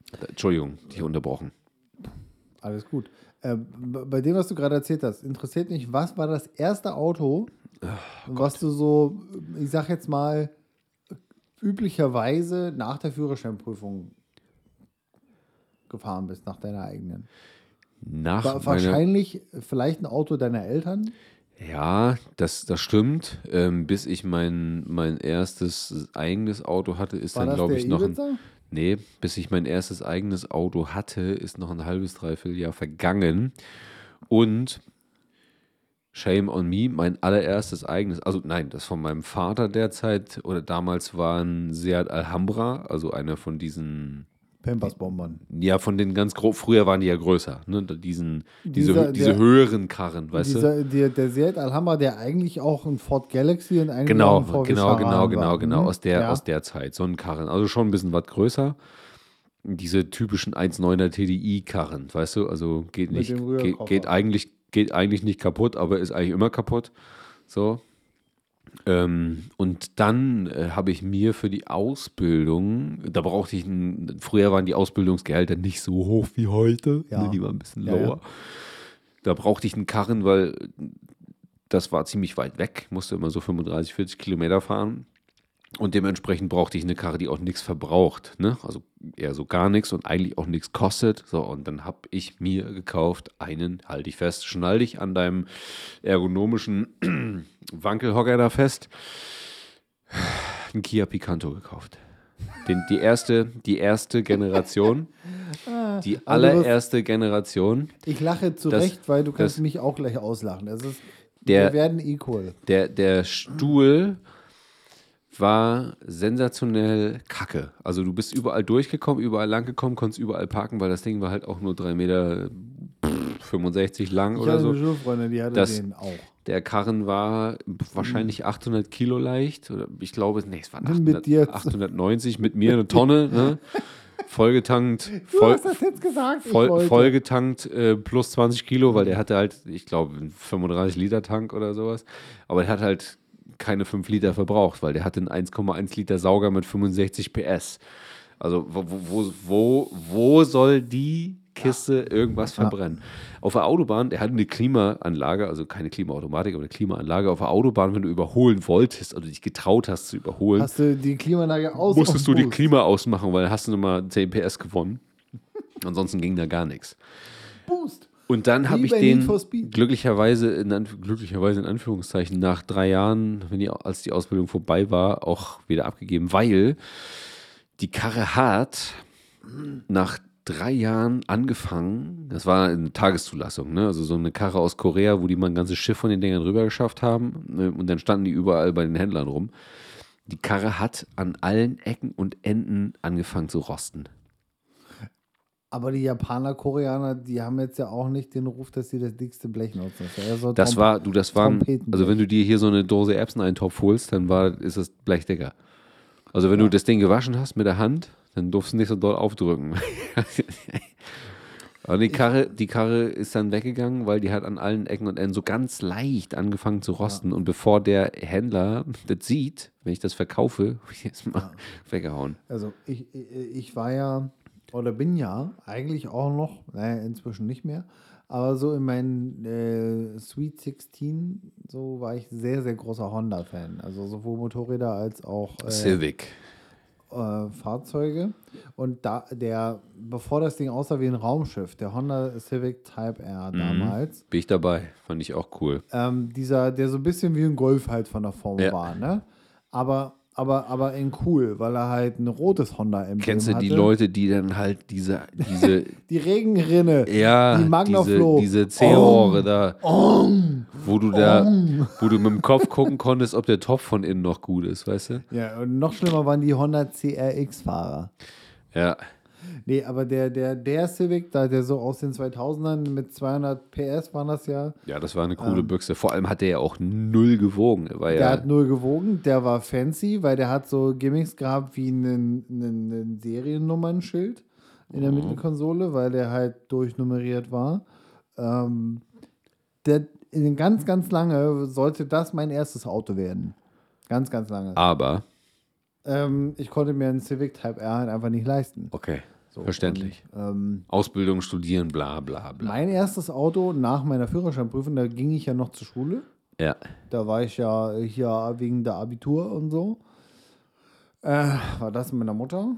Entschuldigung, dich unterbrochen. Alles gut. Bei dem, was du gerade erzählt hast, interessiert mich, was war das erste Auto, was du so, ich sag jetzt mal, üblicherweise nach der Führerscheinprüfung gefahren bist, nach deiner eigenen? Wahrscheinlich vielleicht ein Auto deiner Eltern? Ja, das stimmt. Bis ich mein erstes eigenes Auto hatte, ist War dann, das glaube der ich, noch ein. Ibiza? Nee, bis ich mein erstes eigenes Auto hatte, ist noch ein halbes, dreiviertel Jahr vergangen. Und shame on me, mein allererstes eigenes, also nein, das von meinem Vater derzeit oder damals war ein Seat Alhambra, also einer von diesen, Pampers-Bonbon. ja, von den ganz grob, früher waren die ja größer, ne? Diese Der, höheren Karren, weißt du? der Seat Alhambra, der eigentlich auch ein Ford Galaxy und eigentlich auch Genau, ein VW genau, Charan war. genau, aus Ja. der Zeit, so ein Karren, also schon ein bisschen was größer. Diese typischen 1,9er TDI-Karren, weißt du, also geht Mit nicht, dem Rührkoffer. geht eigentlich nicht kaputt, aber ist eigentlich immer kaputt. So. Und dann habe ich mir für die Ausbildung, da brauchte ich, früher waren die Ausbildungsgehälter nicht so hoch wie heute, Ja. ne, die waren ein bisschen Ja, lower. ja. Da brauchte ich einen Karren, weil das war ziemlich weit weg, musste immer so 35, 40 Kilometer fahren. Und dementsprechend brauchte ich eine Karre, die auch nichts verbraucht, ne? Also eher so gar nichts und eigentlich auch nichts kostet. So, und dann habe ich mir gekauft einen, halte ich fest, schnall dich an deinem ergonomischen Wankelhocker da fest, einen Kia Picanto gekauft. Die erste Generation, die allererste Generation. Ich lache zu Das- Recht, weil du kannst das- mich auch gleich auslachen. Der- Wir werden equal. Der Stuhl war sensationell kacke. Also du bist überall durchgekommen, überall lang gekommen, konntest überall parken, weil das Ding war halt auch nur 3,65 Meter lang Ich oder hatte so. eine Schulfreundin, die hatte Das- den auch. Der Karren war wahrscheinlich 800 Kilo leicht. Oder ich glaube, nee, es waren Mit dir 890, mit mir eine Tonne. Ne? Vollgetankt. Du hast das jetzt gesagt. Ich wollte. Vollgetankt plus 20 Kilo, weil der hatte halt, ich glaube, einen 35-Liter-Tank oder sowas. Aber der hat halt keine 5 Liter verbraucht, weil der hatte einen 1,1 Liter Sauger mit 65 PS. Also wo soll die Kiste irgendwas verbrennen? Auf der Autobahn, der hatte eine Klimaanlage, also keine Klimaautomatik, aber eine Klimaanlage. Auf der Autobahn, wenn du überholen wolltest, also dich getraut hast zu überholen, Hast du die Klimaanlage aus? musstest du auf die Boost? Klima ausmachen, weil dann hast du nochmal 10 PS gewonnen. Ansonsten ging da gar nichts. Boost. Und dann habe Wie ich bei den Need for Speed. glücklicherweise in Anführungszeichen nach 3 Jahren, als die Ausbildung vorbei war, auch wieder abgegeben, weil die Karre hat nach 3 Jahren angefangen, das war eine Tageszulassung, ne? Also so eine Karre aus Korea, wo die mal ein ganzes Schiff von den Dingern rüber geschafft haben, ne? Und dann standen die überall bei den Händlern rum. Die Karre hat an allen Ecken und Enden angefangen zu rosten. Aber die Japaner, Koreaner, die haben jetzt ja auch nicht den Ruf, dass sie das dickste Blech nutzen. Das ist ja eher so Das waren, Trompetenblech. also wenn du dir hier so eine Dose Erbseneintopf holst, dann ist das Blech dicker. Also wenn du das Ding gewaschen hast mit der Hand, dann durfst du nicht so doll aufdrücken. Aber die Karre ist dann weggegangen, weil die hat an allen Ecken und Enden so ganz leicht angefangen zu rosten. Und bevor der Händler das sieht, wenn ich das verkaufe, habe ich jetzt mal weggehauen. Also ich war ja, oder bin ja eigentlich auch noch, naja, inzwischen nicht mehr, aber so in meinen Sweet 16, so war ich sehr, sehr großer Honda-Fan. Also sowohl Motorräder als auch Civic. Fahrzeuge. Und bevor das Ding aussah wie ein Raumschiff, der Honda Civic Type R damals, Bin ich dabei. Fand ich auch cool. der so ein bisschen wie ein Golf halt von der Form Ja. war, ne? Aber in cool, weil er halt ein rotes Honda-Emblem Kennst du die hatte. Leute, die dann halt diese Die Regenrinne, ja, die Magnaflow. diese C-Rohre da, wo du mit dem Kopf gucken konntest, ob der Topf von innen noch gut ist, weißt du? Ja, und noch schlimmer waren die Honda CRX-Fahrer. Ja. Nee, aber der Civic, der so aus den 2000ern mit 200 PS waren das ja. Ja, das war eine coole Büchse. Vor allem hat der ja auch 0 gewogen. Der hat 0 gewogen, der war fancy, weil der hat so Gimmicks gehabt wie ein Seriennummernschild in der Mittelkonsole, weil der halt durchnummeriert war. Ganz, ganz lange sollte das mein erstes Auto werden. Ganz, ganz lange. Aber, Ich konnte mir einen Civic Type R halt einfach nicht leisten. okay. So, Verständlich. Und, Ausbildung, studieren, bla bla bla. mein erstes Auto nach meiner Führerscheinprüfung, da ging ich ja noch zur Schule. Ja. Da war ich ja hier wegen der Abitur und so. War das mit meiner Mutter.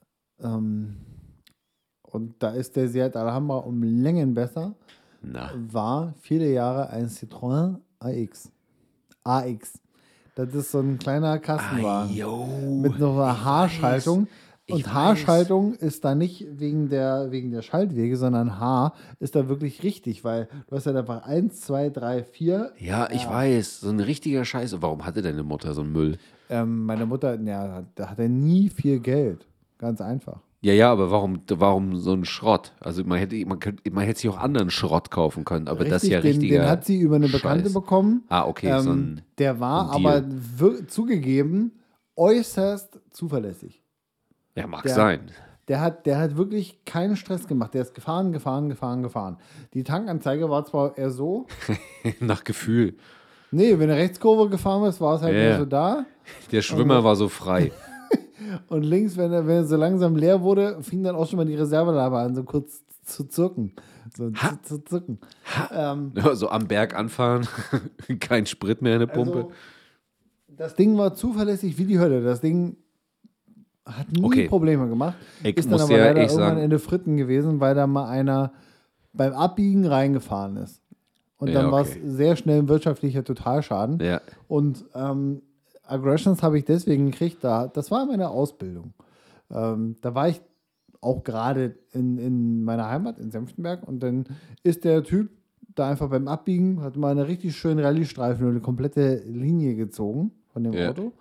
Und da ist der Seat Alhambra um Längen besser. Na. War viele Jahre ein Citroën AX. AX. Das ist so ein kleiner Kastenwagen. Mit noch einer Haarschaltung. Und Haarschaltung ist da nicht wegen der Schaltwege, sondern Haar ist da wirklich richtig, weil du hast ja einfach 1, 2, 3, 4. Ja, ich weiß. So ein richtiger Scheiß. Warum hatte deine Mutter so einen Müll? Meine Mutter, ja, da hat er nie viel Geld. Ganz einfach. Ja, aber warum so ein Schrott? Also man hätte sich auch anderen Schrott kaufen können, aber das ist ja richtiger. Den hat sie über eine Bekannte Scheiß. bekommen. Ah, okay. Der war so ein aber Deal. zugegeben äußerst zuverlässig. Ja, mag sein. Der hat wirklich keinen Stress gemacht. Der ist gefahren. Die Tankanzeige war zwar eher so. Nach Gefühl. Nee, wenn er Rechtskurve gefahren ist, war es halt Ja. nur so da. Der Schwimmer war so frei. Und links, wenn er so langsam leer wurde, fing dann auch schon mal die Reservelampe an, so kurz zu zucken. Zu zucken. So am Berg anfahren, kein Sprit mehr in der Pumpe. Also, das Ding war zuverlässig wie die Hölle. Das Ding hat nie Probleme gemacht. Ich Ist dann muss aber ja leider echt irgendwann sagen- in die Fritten gewesen, weil da mal einer beim Abbiegen reingefahren ist. Und dann Ja, war es okay. sehr schnell ein wirtschaftlicher Totalschaden. Ja. Und Aggressions habe ich deswegen gekriegt, das war meine Ausbildung. Da war ich auch gerade in meiner Heimat in Senftenberg und dann ist der Typ da einfach beim Abbiegen, hat mal eine richtig schöne Rallye-Streifen und eine komplette Linie gezogen von dem Ja. Auto.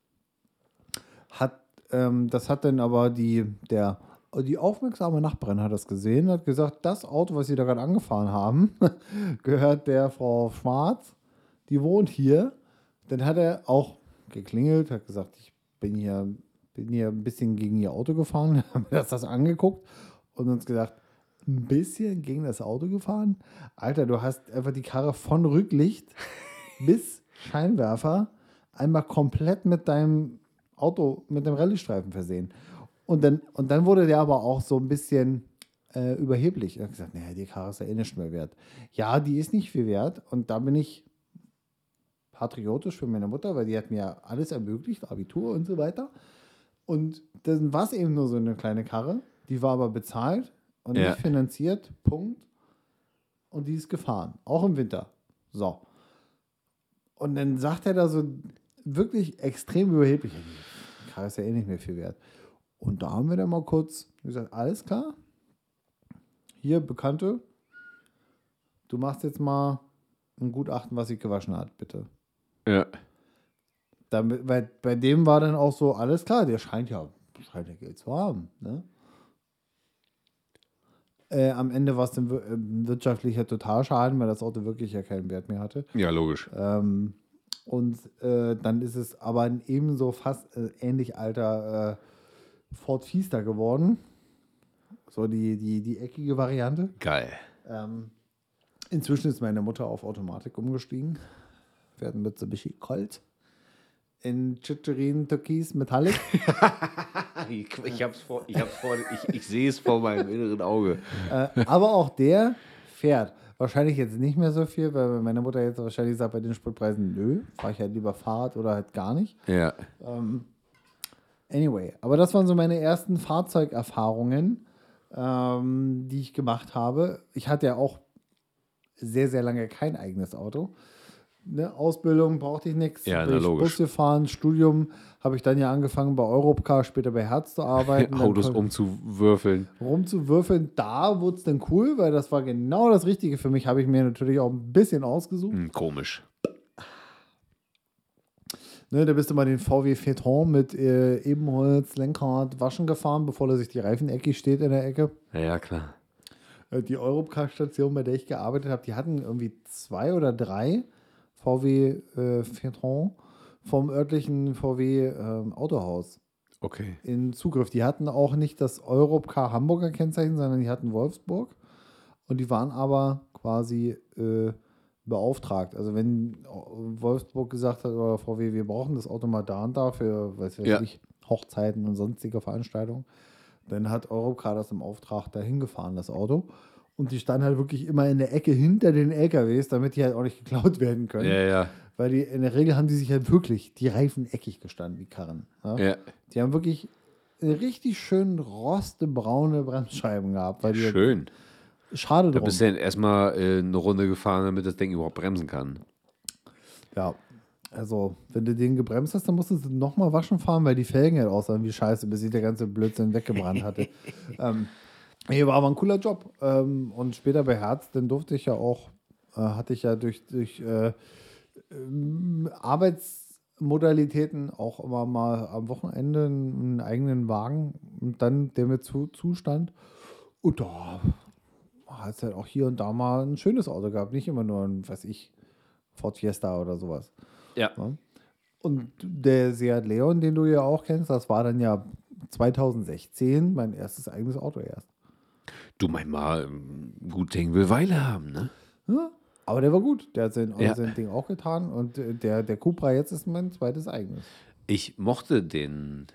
Das hat dann aber die aufmerksame Nachbarin hat das gesehen, hat gesagt, das Auto, was sie da gerade angefahren haben, gehört der Frau Schwarz, die wohnt hier. Dann hat er auch geklingelt, hat gesagt, ich bin hier ein bisschen gegen ihr Auto gefahren, haben wir das angeguckt und uns gesagt, ein bisschen gegen das Auto gefahren? Alter, du hast einfach die Karre von Rücklicht bis Scheinwerfer einmal komplett mit deinem Auto, mit dem Rallye-Streifen versehen. Und dann wurde der aber auch so ein bisschen überheblich. Er hat gesagt, naja, die Karre ist ja eh nicht mehr wert. Ja, die ist nicht viel wert und da bin ich patriotisch für meine Mutter, weil die hat mir alles ermöglicht, Abitur und so weiter. Und dann war es eben nur so eine kleine Karre, die war aber bezahlt und Ja. nicht finanziert, Punkt. Und die ist gefahren, auch im Winter. So. Und dann sagt er da so wirklich extrem überheblich, die Karre ist ja eh nicht mehr viel wert. Und da haben wir dann mal kurz gesagt, alles klar, hier Bekannte, du machst jetzt mal ein Gutachten, was sich gewaschen hat, bitte. Ja. Damit, weil bei dem war dann auch so, alles klar, der scheint ja Geld zu haben. Ne? Am Ende war es dann ein wirtschaftlicher Totalschaden, weil das Auto wirklich ja keinen Wert mehr hatte. Ja, logisch. Und dann ist es aber ein ebenso fast ähnlich alter Ford Fiesta geworden. So die eckige Variante. Geil. Inzwischen ist meine Mutter auf Automatik umgestiegen. Wir hatten Mitsubishi Colt in Citroën Türkis Metallic. Ich sehe es vor meinem inneren Auge. Aber auch der fährt. Wahrscheinlich jetzt nicht mehr so viel, weil meine Mutter jetzt wahrscheinlich sagt, bei den Spritpreisen, nö, fahre ich halt lieber Fahrrad oder halt gar nicht. Ja. Anyway, aber das waren so meine ersten Fahrzeugerfahrungen, die ich gemacht habe. Ich hatte ja auch sehr, sehr lange kein eigenes Auto. Ne, Ausbildung brauchte ich nichts. Ja, Bin na, ich logisch. Bus gefahren, Studium habe ich dann ja angefangen bei Europcar, später bei Hertz zu arbeiten. Dann Autos umzuwürfeln. rumzuwürfeln. Da wurde es dann cool, weil das war genau das Richtige für mich. Habe ich mir natürlich auch ein bisschen ausgesucht. Komisch. Ne, da bist du mal den VW Phaeton mit Ebenholz, Lenkrad, Waschen gefahren, bevor er sich die Reifen eckig steht in der Ecke. Ja, klar. Die Europcar-Station, bei der ich gearbeitet habe, die hatten irgendwie 2 oder 3 VW Phaeton vom örtlichen VW Autohaus Okay. in Zugriff. Die hatten auch nicht das Europcar Hamburger Kennzeichen, sondern die hatten Wolfsburg. Und die waren aber quasi beauftragt. Also wenn Wolfsburg gesagt hat, oder VW, wir brauchen das Auto mal da und da für, weiß Ja. ich, Hochzeiten und sonstige Veranstaltungen, Dann hat Europcar das im Auftrag dahin gefahren, das Auto. Und die standen halt wirklich immer in der Ecke hinter den LKWs, damit die halt auch nicht geklaut werden können. Ja, ja. Weil in der Regel haben die sich halt wirklich die Reifen eckig gestanden, die Karren. Ja? Ja. Die haben wirklich richtig schön rostebraune Bremsscheiben gehabt. Weil die Schön. Schade Da drum. bist du ja erstmal eine Runde gefahren, damit das Ding überhaupt bremsen kann. Ja, also wenn du den gebremst hast, dann musstest du nochmal waschen fahren, weil die Felgen halt aussahen wie scheiße, bis sich der ganze Blödsinn weggebrannt hatte. War aber ein cooler Job. Und später bei Herz, dann durfte ich ja auch, hatte ich ja durch Arbeitsmodalitäten auch immer mal am Wochenende einen eigenen Wagen und dann der mir zustand. Und da hat es halt auch hier und da mal ein schönes Auto gehabt, nicht immer nur ein, Ford Fiesta oder sowas. Ja. Und der Seat Leon, den du ja auch kennst, das war dann ja 2016 mein erstes eigenes Auto erst. Du manchmal gut Ding will Weile haben, ne? Ja, aber der war gut. Der hat sein Ja. Ding auch getan. Und der Cupra jetzt ist mein zweites eigenes. Ich mochte den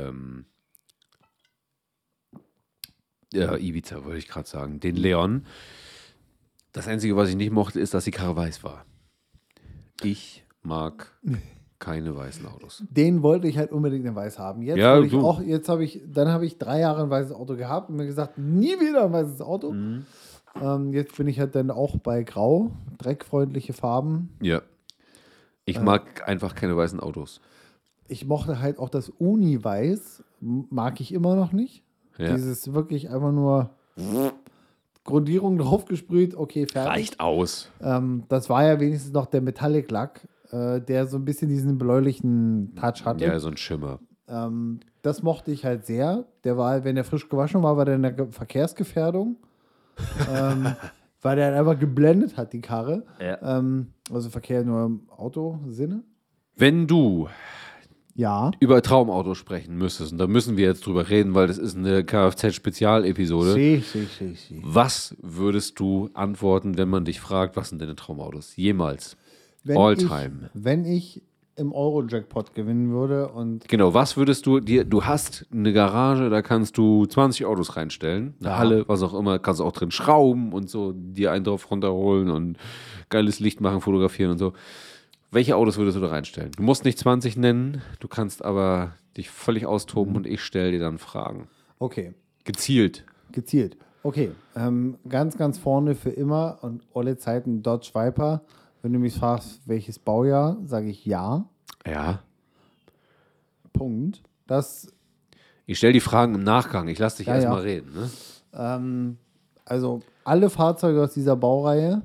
Ibiza, wollte ich gerade sagen. Den Leon. Das Einzige, was ich nicht mochte, ist, dass die Karre weiß war. Ich mag keine weißen Autos. Den wollte ich halt unbedingt in weiß haben. Jetzt Ja, habe du. dann habe ich 3 Jahre ein weißes Auto gehabt und mir gesagt, nie wieder ein weißes Auto. Jetzt bin ich halt dann auch bei Grau, dreckfreundliche Farben. Ja. Ich mag einfach keine weißen Autos. Ich mochte halt auch das Uni-Weiß, mag ich immer noch nicht. Ja. Dieses wirklich einfach nur Grundierung draufgesprüht, okay, fertig. Reicht aus. Das war ja wenigstens noch der Metallic-Lack, der so ein bisschen diesen bläulichen Touch hatte. Ja, so ein Schimmer. Das mochte ich halt sehr. Der war halt, wenn der frisch gewaschen war, war der in der Verkehrsgefährdung. Weil der halt einfach geblendet hat, die Karre. Ja. Also Verkehr nur im Autosinne. Wenn du Ja. über Traumautos sprechen müsstest, und da müssen wir jetzt drüber reden, weil das ist eine Kfz-Spezialepisode. Sie. Was würdest du antworten, wenn man dich fragt, was sind deine Traumautos? Jemals. All time. Wenn ich im Euro-Jackpot gewinnen würde und Genau, was würdest du hast eine Garage, da kannst du 20 Autos reinstellen, eine Ja. Halle, was auch immer, kannst auch drin schrauben und so, dir einen drauf runterholen und geiles Licht machen, fotografieren und so. Welche Autos würdest du da reinstellen? Du musst nicht 20 nennen, du kannst aber dich völlig austoben und ich stelle dir dann Fragen. okay, Gezielt. gezielt. Okay, ganz, ganz vorne für immer und alle Zeiten Dodge Viper. Wenn du mich fragst, welches Baujahr, sage ich ja. Ja. Punkt. Ich stelle die Fragen im Nachgang, ich lasse dich Ja, erstmal ja. reden. Ne? Also alle Fahrzeuge aus dieser Baureihe.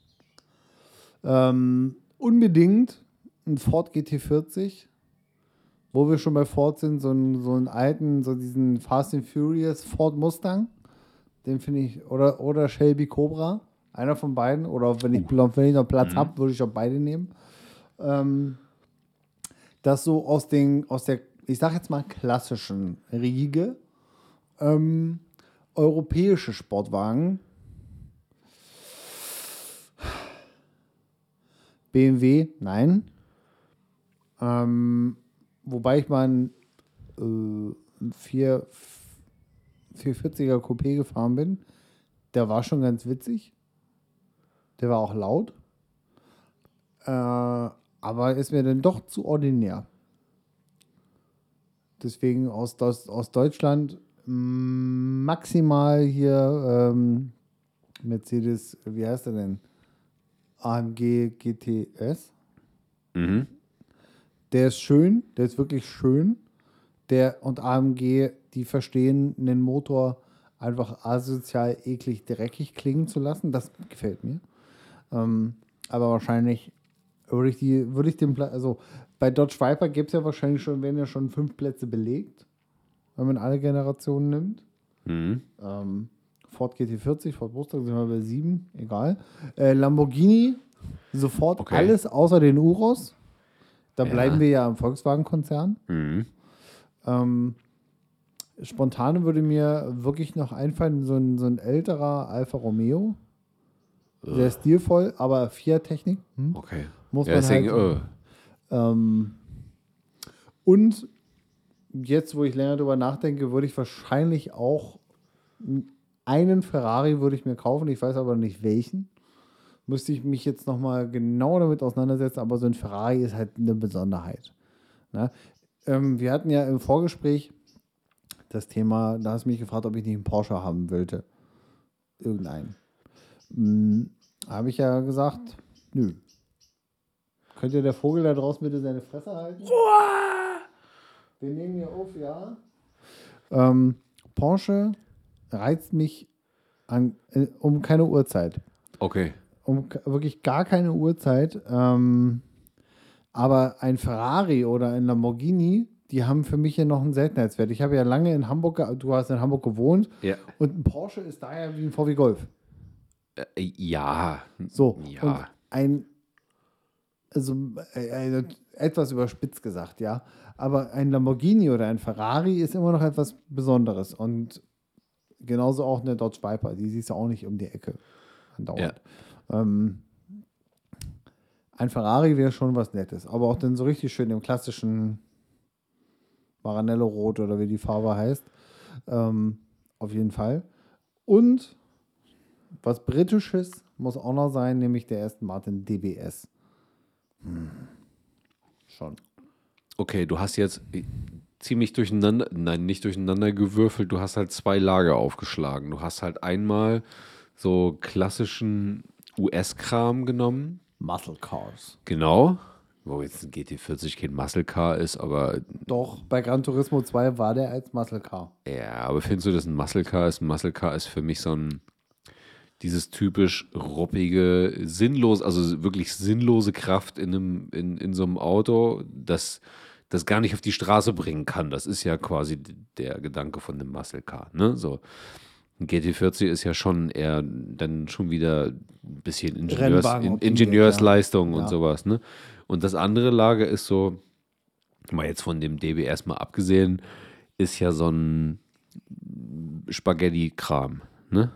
Unbedingt ein Ford GT40, wo wir schon bei Ford sind, so einen alten, so diesen Fast and Furious Ford Mustang. Den finde ich, oder Shelby Cobra, einer von beiden. Oder wenn ich noch Platz habe, würde ich auch beide nehmen. Das so aus der, ich sag jetzt mal, klassischen Riege. Europäische Sportwagen. BMW, nein. Wobei ich mal einen 440er Coupé gefahren bin. Der war schon ganz witzig. Der war auch laut. Aber ist mir dann doch zu ordinär. Deswegen aus Deutschland maximal hier Mercedes, wie heißt der denn? AMG GTS. Mhm. Der ist schön, der ist wirklich schön. Und AMG, die verstehen, einen Motor einfach asozial, eklig, dreckig klingen zu lassen. Das gefällt mir. Aber wahrscheinlich würde ich den Platz, also bei Dodge Viper gibt es ja wahrscheinlich schon, werden ja schon 5 Plätze belegt, wenn man alle Generationen nimmt. Mhm. Ford GT40, Ford Mustang sind wir bei 7, egal. Lamborghini, sofort Okay. alles außer den Uros. Da Ja. bleiben wir ja im Volkswagen-Konzern. Mhm. Spontan würde mir wirklich noch einfallen, so ein älterer Alfa Romeo. Sehr stilvoll, aber Fiat-Technik. Okay. Muss Ja, man deswegen, halt, und jetzt, wo ich länger drüber nachdenke, würde ich wahrscheinlich auch einen Ferrari würde ich mir kaufen. Ich weiß aber nicht welchen. Müsste ich mich jetzt nochmal genau damit auseinandersetzen, aber so ein Ferrari ist halt eine Besonderheit. Ne? Wir hatten ja im Vorgespräch das Thema, da hast du mich gefragt, ob ich nicht einen Porsche haben wollte. Irgendeinen. Habe ich ja gesagt, nö. Könnte der Vogel da draußen bitte seine Fresse halten? Wir nehmen hier auf, ja. Porsche reizt mich um keine Uhrzeit. Okay. Wirklich gar keine Uhrzeit. Aber ein Ferrari oder ein Lamborghini, die haben für mich hier noch einen Seltenheitswert. Ich habe ja lange in Hamburg, du hast in Hamburg gewohnt. Ja. Und ein Porsche ist daher wie ein VW Golf. Ja. So. Ja. Und etwas überspitzt gesagt, ja. Aber ein Lamborghini oder ein Ferrari ist immer noch etwas Besonderes. Und genauso auch eine Dodge Viper, die siehst du auch nicht um die Ecke andauernd. Ja. Ein Ferrari wäre schon was Nettes, aber auch dann so richtig schön im klassischen Maranello-Rot oder wie die Farbe heißt. Auf jeden Fall. Und was Britisches muss auch noch sein, nämlich der Aston Martin DBS. Schon. Okay, du hast jetzt ziemlich nicht durcheinander gewürfelt, du hast halt zwei Lager aufgeschlagen. Du hast halt einmal so klassischen US-Kram genommen. Muscle Cars. Genau. Wo jetzt ein GT40 kein Muscle Car ist, aber. Doch, bei Gran Turismo 2 war der als Muscle Car. Ja, aber findest du, dass ein Muscle Car ist? Ein Muscle Car ist für mich so ein. Dieses typisch ruppige, also wirklich sinnlose Kraft in so einem Auto, das gar nicht auf die Straße bringen kann. Das ist ja quasi der Gedanke von einem Muscle Car. Ne? So. Ein GT40 ist ja schon eher dann schon wieder ein bisschen Ingenieursleistung und sowas. Ne? Und das andere Lager ist so, mal jetzt von dem DBS mal abgesehen, ist ja so ein Spaghetti-Kram. Ne?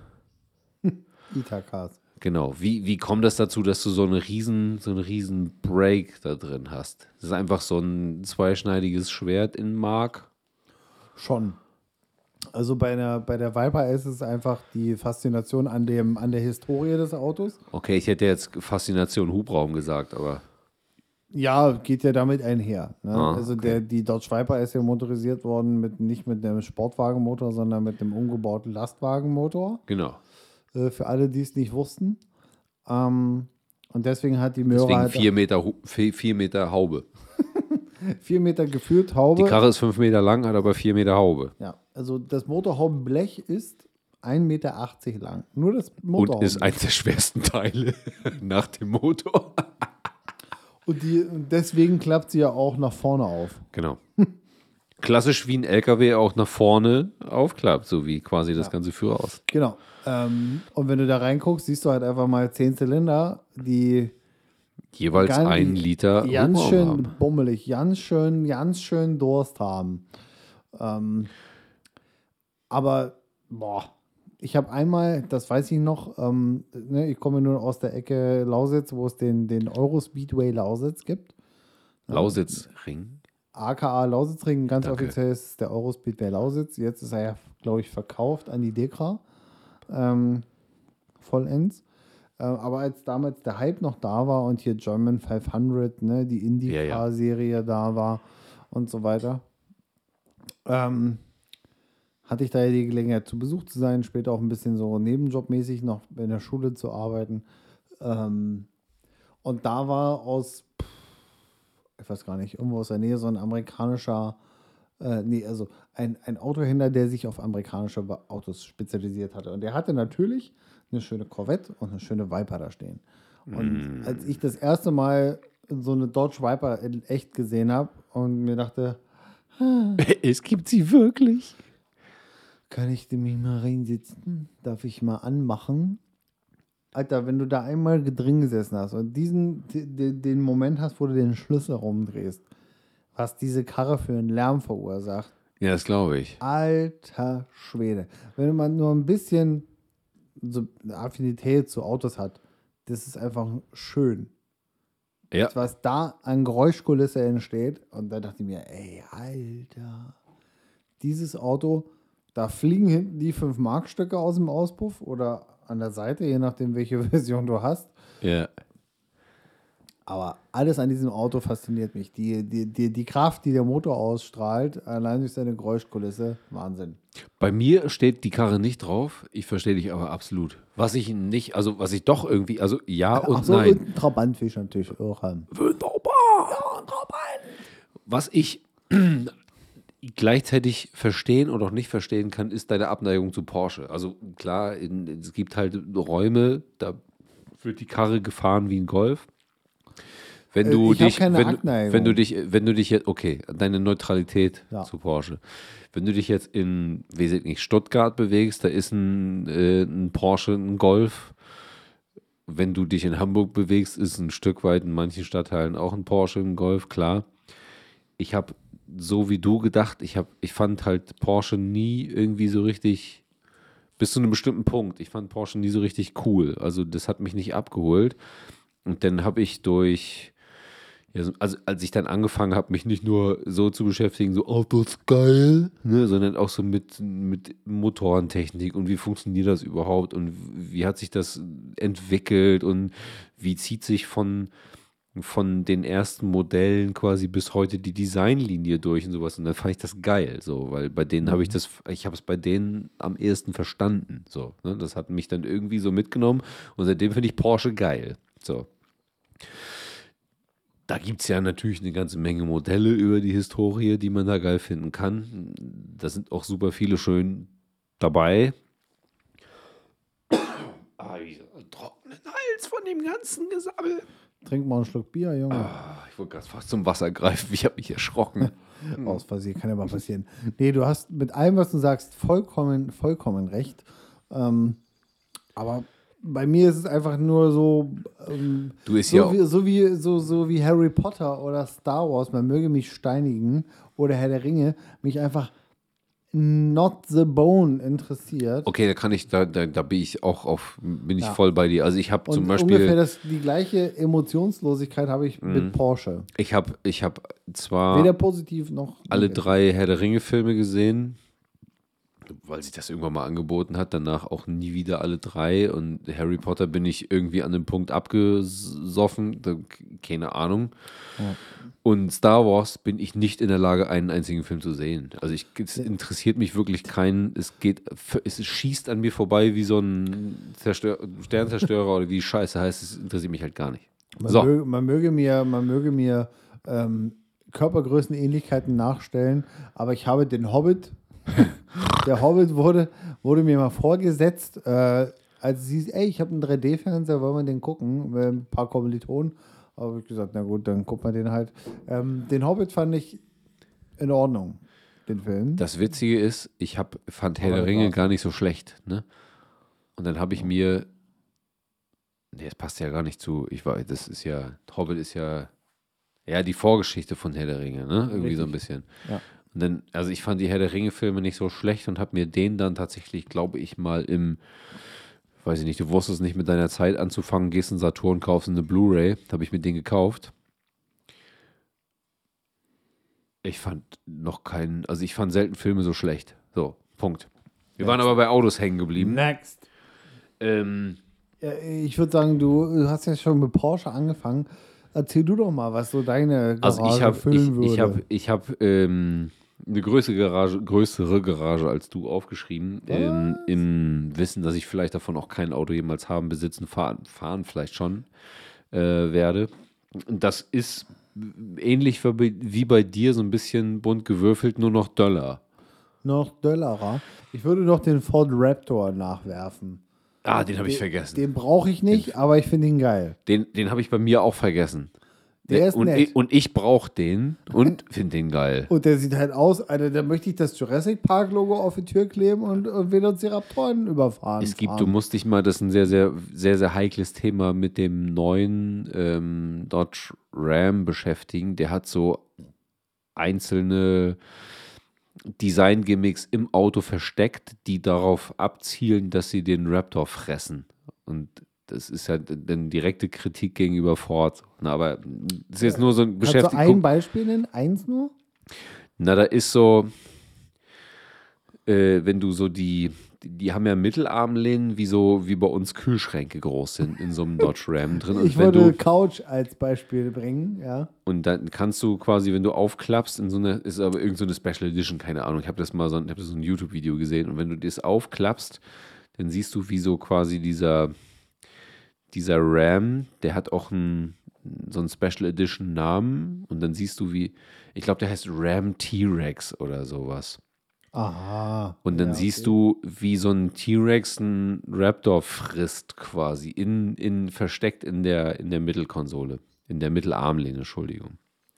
Itakas. Genau. Wie kommt das dazu, dass du so einen riesen Break da drin hast? Das ist einfach so ein zweischneidiges Schwert in Mark? Schon. Also bei der Viper ist es einfach die Faszination an der Historie des Autos. Okay, ich hätte jetzt Faszination Hubraum gesagt, aber. Ja, geht ja damit einher. Ne? Also okay. die Dodge Viper ist ja motorisiert worden nicht mit einem Sportwagenmotor, sondern mit einem umgebauten Lastwagenmotor. Genau. Für alle, die es nicht wussten. Und deswegen hat die Möhre. Deswegen 4 Meter Haube. 4 Meter geführt Haube. Die Karre ist 5 Meter lang, hat aber 4 Meter Haube. Ja, also das Motorhaubenblech ist 1,80 Meter lang. Nur das Motorhaubenblech. Und ist eines der schwersten Teile nach dem Motor. Und deswegen klappt sie ja auch nach vorne auf. Genau. Klassisch wie ein LKW auch nach vorne aufklappt, so wie quasi das ganze Führerhaus. Genau. Und wenn du da reinguckst, siehst du halt einfach mal 10 Zylinder, die jeweils 1 Liter ganz Hubraum schön haben. bummelig, ganz schön Durst haben. Aber, ich habe einmal, das weiß ich noch, ich komme nur aus der Ecke Lausitz, wo es den Eurospeedway Lausitz gibt. Lausitzring. AKA Lausitzring, ganz Danke. offiziell ist es der Eurospeedway Lausitz. Jetzt ist er ja, glaube ich, verkauft an die Dekra. Vollends. Aber als damals der Hype noch da war und hier German 500, ne, die IndyCar-Serie da war und so weiter, hatte ich da ja die Gelegenheit zu Besuch zu sein, später auch ein bisschen so nebenjobmäßig noch in der Schule zu arbeiten. Und da war ich weiß gar nicht, irgendwo aus der Nähe so ein amerikanischer, also ein Autohändler, der sich auf amerikanische Autos spezialisiert hatte. Und der hatte natürlich eine schöne Corvette und eine schöne Viper da stehen. Und als ich das erste Mal so eine Dodge Viper in echt gesehen habe und mir dachte, es gibt sie wirklich. kann ich mich mal reinsitzen? Darf ich mal anmachen? Alter, wenn du da einmal drin gesessen hast und den Moment hast, wo du den Schlüssel rumdrehst, was diese Karre für einen Lärm verursacht. Ja, das glaube ich. Alter Schwede. Wenn man nur ein bisschen so eine Affinität zu Autos hat, das ist einfach schön. Ja. Was da an Geräuschkulisse entsteht. Und da dachte ich mir, ey, Alter. dieses Auto, da fliegen hinten die 5-Mark-Stücke aus dem Auspuff oder an der Seite, je nachdem, welche Version du hast. Ja. Aber alles an diesem Auto fasziniert mich. Die Kraft, die der Motor ausstrahlt, allein durch seine Geräuschkulisse, Wahnsinn. Bei mir steht die Karre nicht drauf. Ich verstehe dich aber absolut. Was ich nicht, also was ich doch irgendwie, also ja und Ach so, nein. und ein Trabant will ich natürlich auch haben. Wunderbar. Ja, ein Trabant. Was ich gleichzeitig verstehen oder auch nicht verstehen kann, ist deine Abneigung zu Porsche. Also klar, es gibt halt Räume, da wird die Karre gefahren wie ein Golf. Wenn du Ich hab dich, keine wenn, Abneigung. wenn du dich jetzt, okay, deine Neutralität Ja. zu Porsche. Wenn du dich jetzt in, weiß ich nicht, Stuttgart bewegst, da ist ein Porsche, ein Golf. Wenn du dich in Hamburg bewegst, ist ein Stück weit in manchen Stadtteilen auch ein Porsche, ein Golf, klar. Ich habe so wie du gedacht, ich fand halt Porsche nie irgendwie so richtig, bis zu einem bestimmten Punkt, ich fand Porsche nie so richtig cool. Also das hat mich nicht abgeholt. Und dann habe ich also als ich dann angefangen habe, mich nicht nur so zu beschäftigen, so, oh, das ist geil, ne, sondern auch so mit Motorentechnik und wie funktioniert das überhaupt und wie hat sich das entwickelt und wie zieht sich von den ersten Modellen quasi bis heute die Designlinie durch und sowas. Und dann fand ich das geil, so, weil bei denen habe ich habe es bei denen am ehesten verstanden, so, ne? Das hat mich dann irgendwie so mitgenommen und seitdem finde ich Porsche geil, so. Da gibt es ja natürlich eine ganze Menge Modelle über die Historie, die man da geil finden kann. Da sind auch super viele schön dabei. Ich habe einen trockenen Hals von dem ganzen Gesammel. Trink mal einen Schluck Bier, Junge. Ich wollte gerade fast zum Wasser greifen. Ich habe mich erschrocken. Aus Versehen, kann ja mal passieren. Nee, du hast mit allem, was du sagst, vollkommen recht. Aber bei mir ist es einfach nur so, Du ist so, ja wie Harry Potter oder Star Wars, man möge mich steinigen, oder Herr der Ringe, mich einfach not the bone interessiert. okay, da bin ich auch bin ich voll bei dir. Also ich habe zum Und Beispiel ungefähr die gleiche Emotionslosigkeit habe ich mit Porsche. ich habe zwar Weder positiv noch alle negativ. 3 Herr der Ringe-Filme gesehen, weil sich das irgendwann mal angeboten hat. Danach auch nie wieder alle 3. Und Harry Potter bin ich irgendwie an dem Punkt abgesoffen. Keine Ahnung. Ja. Und Star Wars bin ich nicht in der Lage, einen einzigen Film zu sehen. Also es interessiert mich wirklich keinen. Es schießt an mir vorbei wie so ein Sternzerstörer oder wie die Scheiße heißt. Es interessiert mich halt gar nicht. Man möge mir Körpergrößenähnlichkeiten nachstellen, aber ich habe den Hobbit. Der Hobbit wurde mir mal vorgesetzt, als es hieß, ey, ich habe einen 3D-Fernseher, wollen wir den gucken? Ein paar Kommilitonen. Aber ich gesagt, na gut, dann guckt man den halt. Den Hobbit fand ich in Ordnung, den Film. Das Witzige ist, fand Herr der Ringe gar nicht so schlecht. Ne? Und dann habe ich mir, nee, das passt ja gar nicht zu, Hobbit ist ja die Vorgeschichte von Herr der Ringe, ne? Irgendwie Richtig. so ein bisschen. Ja. Und dann, also ich fand die Herr der Ringe-Filme nicht so schlecht und habe mir den dann tatsächlich, glaube ich, mal weiß ich nicht, du wusstest nicht mit deiner Zeit anzufangen, gehst in Saturn, kaufst eine Blu-ray, da habe ich mir den gekauft. Ich fand selten Filme so schlecht. So, Punkt. Wir waren aber bei Autos hängen geblieben. Next. Ja, ich würde sagen, du hast ja schon mit Porsche angefangen. Erzähl du doch mal, was so deine Garage füllen würde. Ich habe eine größere Garage als du aufgeschrieben, im Wissen, dass ich vielleicht davon auch kein Auto jemals haben, besitzen, fahren vielleicht schon werde. Und das ist ähnlich wie bei dir, so ein bisschen bunt gewürfelt, nur noch Döller. Noch Döllerer. Ich würde noch den Ford Raptor nachwerfen. Den habe ich vergessen. Den brauche ich nicht, aber ich finde ihn geil. Den habe ich bei mir auch vergessen. Der ist nett. Und ich brauche den und finde den geil. Und der sieht halt aus, Alter, da möchte ich das Jurassic Park Logo auf die Tür kleben und will uns die Raptoren überfahren. Du musst dich mal, das ist ein sehr, sehr, sehr, sehr heikles Thema mit dem neuen Dodge Ram beschäftigen. Der hat so einzelne Design-Gimmicks im Auto versteckt, die darauf abzielen, dass sie den Raptor fressen. Und das ist ja eine direkte Kritik gegenüber Ford. Na, aber das ist jetzt nur so ein Kannst du ein Beispiel nennen? Eins nur? Na, da ist so, wenn du so die haben ja Mittelarmlehnen, wie bei uns Kühlschränke groß sind in so einem Dodge Ram drin. Und Ich wollte Couch als Beispiel bringen, ja. Und dann kannst du quasi, wenn du aufklappst, ist aber irgend so eine Special Edition, keine Ahnung, ich habe das so ein YouTube-Video gesehen, und wenn du das aufklappst, dann siehst du, wie so quasi dieser Ram, der hat auch so einen Special Edition Namen, und dann siehst du, ich glaube, der heißt Ram T-Rex oder sowas. Aha. Und dann siehst du, wie so ein T-Rex einen Raptor frisst, quasi, versteckt in der Mittelkonsole, in der Mittelarmlehne, Entschuldigung.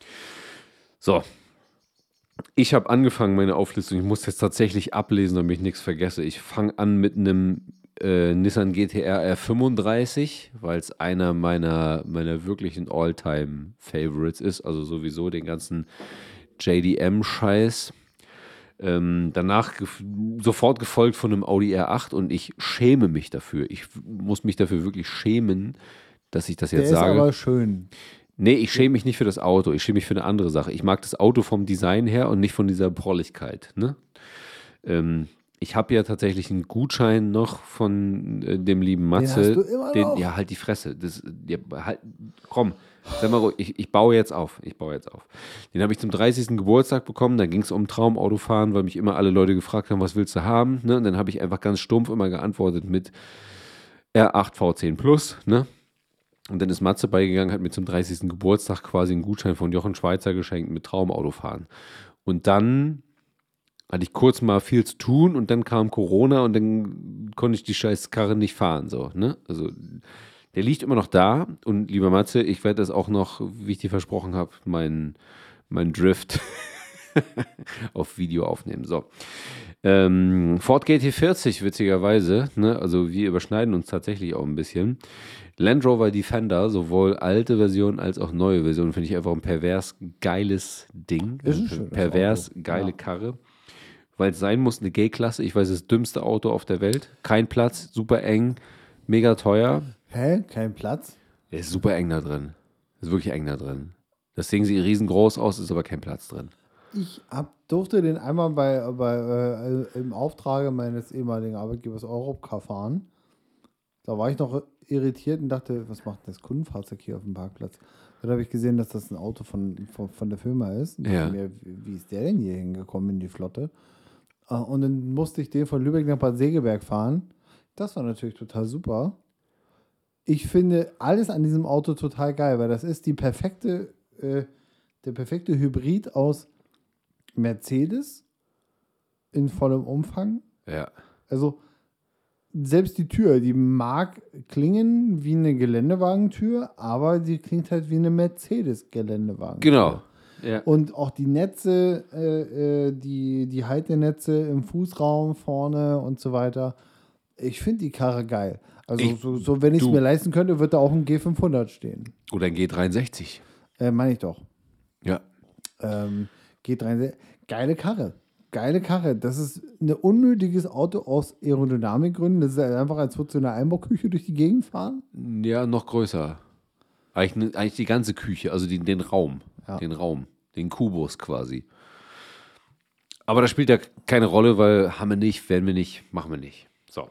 So, ich habe angefangen, meine Auflistung, ich muss jetzt tatsächlich ablesen, damit ich nichts vergesse. Ich fange an mit einem Nissan GT-R R35, weil es einer meiner wirklichen All-Time-Favorites ist, also sowieso den ganzen JDM-Scheiß. Danach sofort gefolgt von einem Audi R8, und ich schäme mich dafür. Ich muss mich dafür wirklich schämen, dass ich das jetzt sage. Der ist aber schön. Nee, ich schäme mich nicht für das Auto. Ich schäme mich für eine andere Sache. Ich mag das Auto vom Design her und nicht von dieser Prolligkeit. Ne? Ich habe ja tatsächlich einen Gutschein noch von dem lieben Matze. Den hast du immer noch? Ja, halt die Fresse. Komm, sag mal ruhig, ich baue jetzt auf. Den habe ich zum 30. Geburtstag bekommen. Da ging es um Traumautofahren, weil mich immer alle Leute gefragt haben, was willst du haben? Ne? Und dann habe ich einfach ganz stumpf immer geantwortet mit R8 V10 Plus. Ne? Und dann ist Matze beigegangen, hat mir zum 30. Geburtstag quasi einen Gutschein von Jochen Schweizer geschenkt mit Traumautofahren. Und dann hatte ich kurz mal viel zu tun, und dann kam Corona, und dann konnte ich die scheiß Karre nicht fahren. So, ne? Also der liegt immer noch da, und lieber Matze, ich werde das auch noch, wie ich dir versprochen habe, mein Drift auf Video aufnehmen. So. Ford GT40, witzigerweise, ne? Also wir überschneiden uns tatsächlich auch ein bisschen. Land Rover Defender, sowohl alte Version als auch neue Version, finde ich einfach ein pervers geiles Ding. Ist ein schönes pervers Auto. geile Ja. Karre. Weil es sein muss, eine G-Klasse. Ich weiß, das dümmste Auto auf der Welt. Kein Platz, super eng, mega teuer. Hä? Kein Platz? Der ist super eng da drin. Ist wirklich eng da drin. Das Ding sieht riesengroß aus, ist aber kein Platz drin. Ich durfte den einmal im Auftrage meines ehemaligen Arbeitgebers Europcar fahren. Da war ich noch irritiert und dachte, was macht das Kundenfahrzeug hier auf dem Parkplatz? Dann habe ich gesehen, dass das ein Auto von der Firma ist. Und dachte mir, wie ist der denn hier hingekommen in die Flotte? Und dann musste ich den von Lübeck nach Bad Segeberg fahren. Das war natürlich total super. Ich finde alles an diesem Auto total geil, weil das ist der perfekte Hybrid aus Mercedes in vollem Umfang. Ja. Also selbst die Tür, die mag klingen wie eine Geländewagentür, aber die klingt halt wie eine Mercedes-Geländewagentür. Genau. Ja. Und auch die Netze, die Haltenetze im Fußraum vorne und so weiter. Ich finde die Karre geil. Also wenn ich es mir leisten könnte, wird da auch ein G500 stehen. Oder ein G63. Meine ich doch. Ja. G63. Geile Karre. Geile Karre. Das ist ein unnötiges Auto aus Aerodynamikgründen. Das ist einfach, als würdest du in einer Einbauküche durch die Gegend fahren. Ja, noch größer. Eigentlich die ganze Küche, also den Raum. Ja. Den Kubus quasi. Aber das spielt ja keine Rolle, weil haben wir nicht, werden wir nicht, machen wir nicht. So.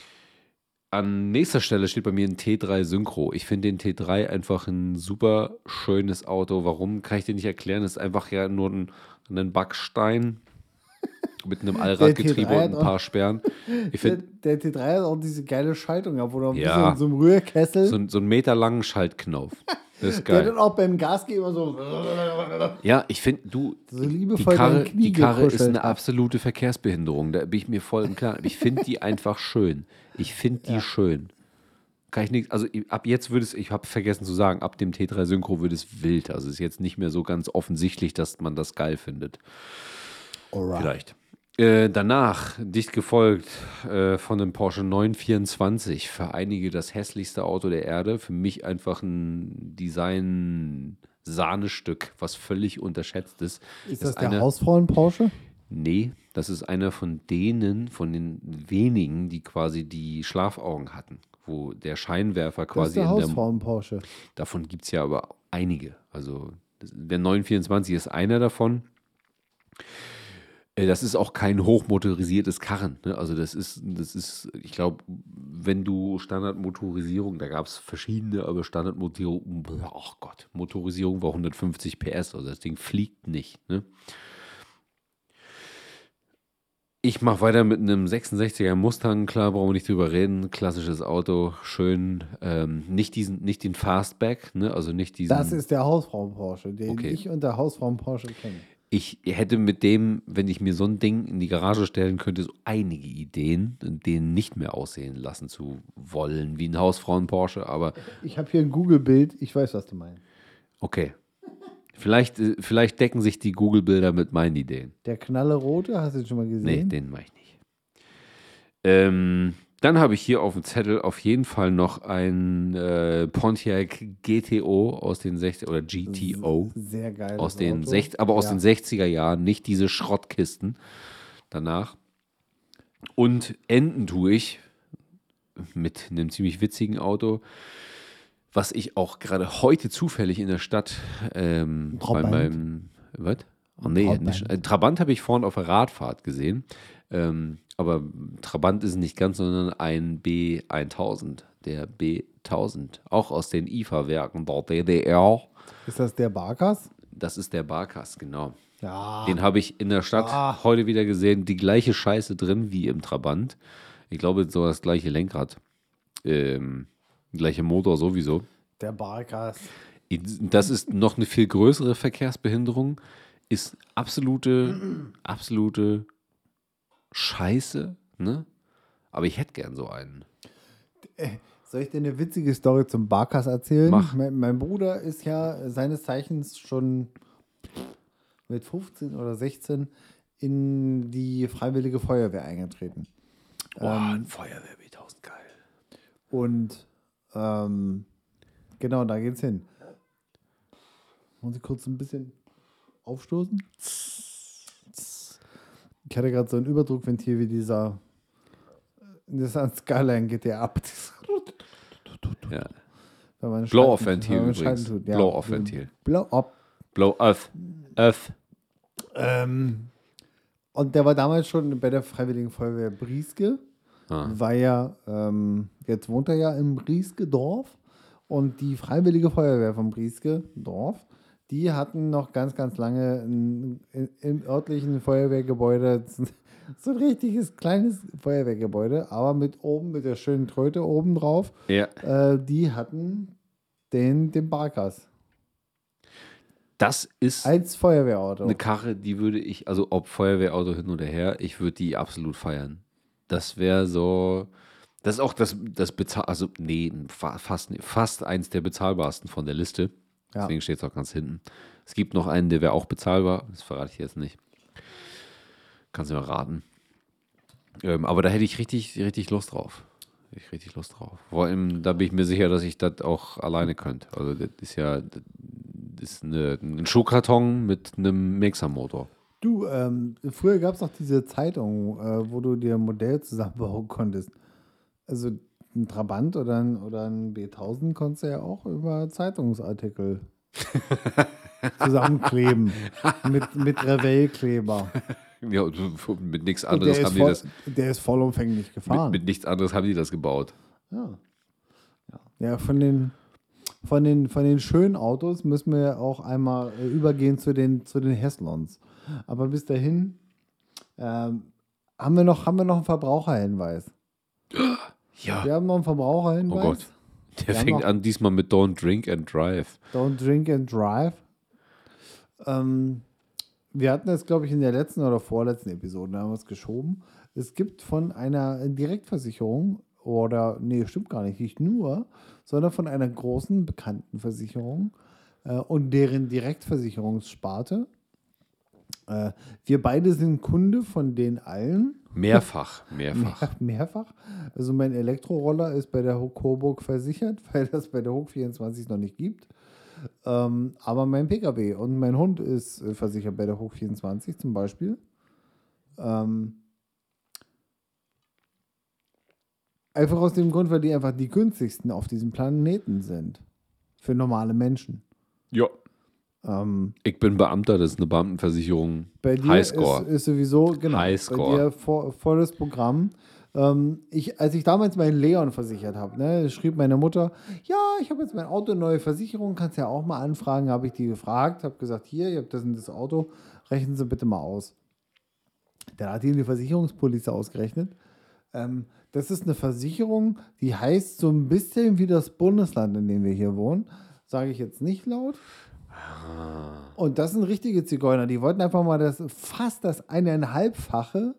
An nächster Stelle steht bei mir ein T3 Synchro. Ich finde den T3 einfach ein super schönes Auto. Warum, kann ich dir nicht erklären. Das ist einfach ja nur ein Backstein mit einem Allradgetriebe und ein paar Sperren. Der T3 hat auch diese geile Schaltung, wo du ein Ja. bisschen in so einem Rührkessel. So einen meterlangen Schaltknauf. Das ist Der geil. hat dann auch beim Gasgeber so. Ja, die So liebevoll dein Knie die Karre ist gekuschelt eine hat. absolute Verkehrsbehinderung. Da bin ich mir voll im Klaren. Ich finde die einfach schön. Ich finde die schön. Kann ich nichts, also ab jetzt würde es, ich habe vergessen zu sagen, ab dem T3 Synchro wird es wild. Also es ist jetzt nicht mehr so ganz offensichtlich, dass man das geil findet. Alright. Vielleicht. Danach, dicht gefolgt von einem Porsche 924. Für einige das hässlichste Auto der Erde. Für mich einfach ein Design-Sahnestück, was völlig unterschätzt ist. Ist das der Hausfrauen-Porsche? Nee, das ist einer von den wenigen, die quasi die Schlafaugen hatten. Wo der Scheinwerfer Das ist quasi der Hausfrauen-Porsche. Davon gibt es ja aber einige. Also der 924 ist einer davon. Das ist auch kein hochmotorisiertes Karren. Ne? Also das ist, ich glaube, wenn du Standardmotorisierung, da gab es verschiedene, aber Standardmotorisierung, ach Gott, Motorisierung war 150 PS, also das Ding fliegt nicht. Ne? Ich mache weiter mit einem 66er Mustang, klar, brauchen wir nicht drüber reden. Klassisches Auto, schön. Nicht den Fastback, ne? Also nicht diesen. Das ist der Hausfrauen-Porsche, den Okay. ich unter Hausfrauen-Porsche kenne. Ich hätte mit dem, wenn ich mir so ein Ding in die Garage stellen könnte, so einige Ideen, den nicht mehr aussehen lassen zu wollen, wie ein Hausfrauen-Porsche, aber Ich habe hier ein Google-Bild, ich weiß, was du meinst. okay. Vielleicht decken sich die Google-Bilder mit meinen Ideen. Der knallerote, hast du den schon mal Nee, gesehen? den mache ich nicht. Dann habe ich hier auf dem Zettel auf jeden Fall noch ein Pontiac GTO aus den 60 oder GTO Sehr geil. aus den 60, aber aus den 60er Jahren, nicht diese Schrottkisten danach. Und enden tue ich mit einem ziemlich witzigen Auto, was ich auch gerade heute zufällig in der Stadt bei Trabant. meinem, was? Oh nee, Trabant. nicht, Trabant habe ich vorhin auf der Radfahrt gesehen. Aber Trabant ist nicht ganz, sondern ein B1000, der B1000, auch aus den IFA-Werken der DDR. Ist das der Barkas? Das ist der Barkas, genau. Ja. Den habe ich in der Stadt heute wieder gesehen. Die gleiche Scheiße drin wie im Trabant. Ich glaube, so das gleiche Lenkrad. Gleiche Motor sowieso. Der Barkas. Das ist noch eine viel größere Verkehrsbehinderung. Ist absolute Scheiße, ne? Aber ich hätte gern so einen. Soll ich dir eine witzige Story zum Barkas erzählen? Mach. Mein Bruder ist ja seines Zeichens schon mit 15 oder 16 in die Freiwillige Feuerwehr eingetreten. Ein Feuerwehr B1000, geil. Und genau, da geht's hin. Wollen Sie kurz ein bisschen aufstoßen? Ich hatte gerade so ein Überdruckventil wie dieser Nissan Skyline geht der ab. Ja. Wenn man Blow-off-Ventil wenn man übrigens. Schalten tut, ja. Blow-off-Ventil. Blow-off. Blow-off. Öff. Und der war damals schon bei der Freiwilligen Feuerwehr Brieske, weil jetzt wohnt er ja im Brieske Dorf und die Freiwillige Feuerwehr vom Brieske Dorf, die hatten noch ganz, ganz lange im örtlichen Feuerwehrgebäude so ein richtiges kleines Feuerwehrgebäude, aber mit der schönen Tröte oben drauf. Ja. Die hatten den Barkas Das ist als Feuerwehrauto. eine Karre, die würde ich, also ob Feuerwehrauto hin oder her, ich würde die absolut feiern. Das wäre so, das ist auch das also nee, fast eins der bezahlbarsten von der Liste. Ja. Deswegen steht es auch ganz hinten. Es gibt noch einen, der wäre auch bezahlbar, das verrate ich jetzt nicht. Kannst du mal raten. Aber da hätte ich richtig Lust drauf. Vor allem, da bin ich mir sicher, dass ich das auch alleine könnte. Also das ist ja ein Schuhkarton mit einem Mixermotor. Du, früher gab es noch diese Zeitung, wo du dir ein Modell zusammenbauen konntest. Also ein Trabant oder ein B1000 konntest du ja auch über Zeitungsartikel zusammenkleben. mit Revell-Kleber. Ja, mit nichts Und anderes haben die das. Der ist vollumfänglich gefahren. Mit nichts anderes haben die das gebaut. Ja, von den schönen Autos müssen wir auch einmal übergehen zu den Heslons. Aber bis dahin haben wir noch einen Verbraucherhinweis. Ja. Wir haben noch einen Verbraucherhinweis. Oh Gott. Der Wir haben fängt noch an diesmal mit Don't Drink and Drive. Don't Drink and Drive. Wir hatten das, glaube ich, in der letzten oder vorletzten Episode, da haben wir es geschoben. Es gibt von einer Direktversicherung, stimmt gar nicht nur, sondern von einer großen bekannten Versicherung und deren Direktversicherungssparte. Wir beide sind Kunde von denen allen. Mehrfach. Mehrfach. Also mein Elektroroller ist bei der Hook Coburg versichert, weil das bei der Hook 24 noch nicht gibt. Aber mein PKW und mein Hund ist versichert bei der Hook 24 zum Beispiel. Einfach aus dem Grund, weil die einfach die günstigsten auf diesem Planeten sind. Für normale Menschen. Ja. Ich bin Beamter, das ist eine Beamtenversicherung. Bei dir Highscore. ist sowieso, genau, Highscore. bei dir volles Programm. Als ich damals meinen Leon versichert habe, ne, schrieb meine Mutter, ja, ich habe jetzt mein Auto, neue Versicherung, kannst ja auch mal anfragen. Habe ich die gefragt, habe gesagt, hier, ihr habt das und das Auto, rechnen Sie bitte mal aus. Dann hat die eine Versicherungspolice ausgerechnet. Das ist eine Versicherung, die heißt so ein bisschen wie das Bundesland, in dem wir hier wohnen. Sage ich jetzt nicht laut. Und das sind richtige Zigeuner. Die wollten einfach mal fast das 1,5-fache.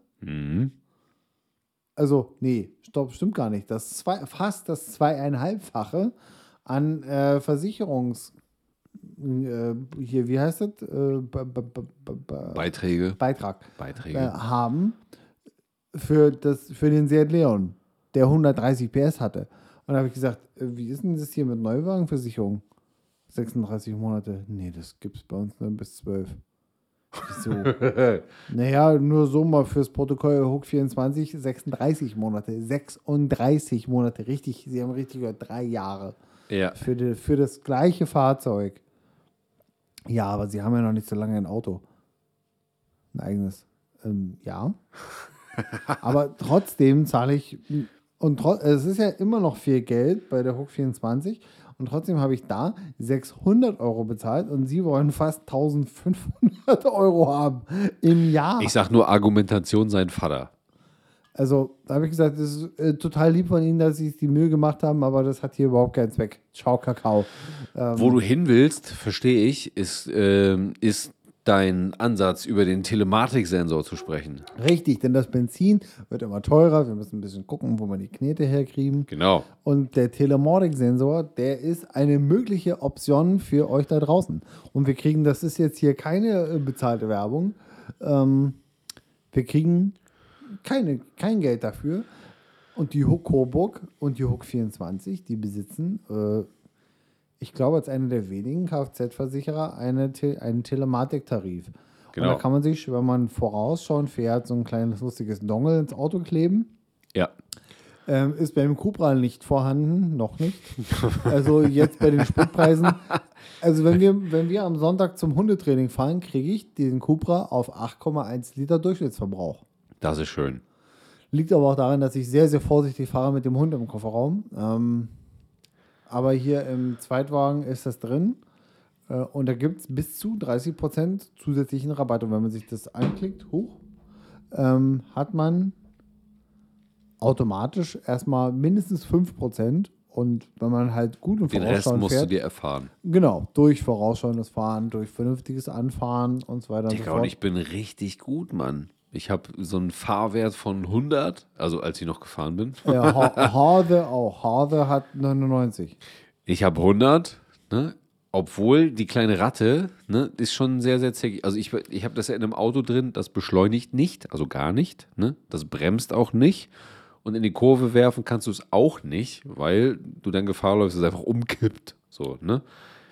Also, nee, stopp, stimmt gar nicht. Fast das 2,5-fache an Versicherungs. Hier, wie heißt das? Beiträge. Beitrag. Beiträge. Haben für den Seat Leon, der 130 PS hatte. Und da habe ich gesagt, wie ist denn das hier mit Neuwagenversicherung? 36 Monate. Nee, das gibt es bei uns nur bis 12. Wieso? Naja, nur so mal fürs Protokoll Hook 24, 36 Monate. 36 Monate, richtig, Sie haben richtig gehört, 3 Jahre. Ja. Für das gleiche Fahrzeug. Ja, aber Sie haben ja noch nicht so lange ein Auto. Ein eigenes. Ja. Aber trotzdem zahle ich, und es ist ja immer noch viel Geld bei der Hook 24 und trotzdem habe ich da 600 Euro bezahlt und Sie wollen fast 1500 Euro haben im Jahr. Ich sag nur Argumentation sein Vater. Also, da habe ich gesagt, das ist total lieb von Ihnen, dass Sie sich die Mühe gemacht haben, aber das hat hier überhaupt keinen Zweck. Ciao, Kakao. Wo du hin willst, verstehe ich, ist dein Ansatz, über den Telematiksensor zu sprechen. Richtig, denn das Benzin wird immer teurer. Wir müssen ein bisschen gucken, wo wir die Knete herkriegen. Genau. Und der Telematiksensor, der ist eine mögliche Option für euch da draußen. Und wir kriegen, das ist jetzt hier keine bezahlte Werbung, wir kriegen kein Geld dafür. Und die Hook Coburg und die Hook 24, die besitzen, ich glaube, als einer der wenigen Kfz-Versicherer einen Telematiktarif. Genau. Und da kann man sich, wenn man vorausschauend fährt, so ein kleines lustiges Dongle ins Auto kleben. Ja. Ist beim Cupra nicht vorhanden, noch nicht. Also jetzt bei den Spritpreisen. Also wenn wir am Sonntag zum Hundetraining fahren, kriege ich den Cupra auf 8,1 Liter Durchschnittsverbrauch. Das ist schön. Liegt aber auch daran, dass ich sehr, sehr vorsichtig fahre mit dem Hund im Kofferraum. Aber hier im Zweitwagen ist das drin. Und da gibt es bis zu 30% zusätzlichen Rabatt. Und wenn man sich das anklickt, hat man automatisch erstmal mindestens 5%. Und wenn man halt gut und Den Rest vorausschauend musst fährt, du dir erfahren. genau, durch vorausschauendes Fahren, durch vernünftiges Anfahren und so weiter und so Digga, und fort. ich bin richtig gut, Mann. Ich habe so einen Fahrwert von 100, also als ich noch gefahren bin. Ja, Harde auch. Harde hat 99. Ich habe 100, ne? Obwohl die kleine Ratte, ne, ist schon sehr, sehr zäckig. Also ich habe das ja in einem Auto drin, das beschleunigt nicht, also gar nicht, ne? Das bremst auch nicht. Und in die Kurve werfen kannst du es auch nicht, weil du dann Gefahr läufst, dass es einfach umkippt. So, ne?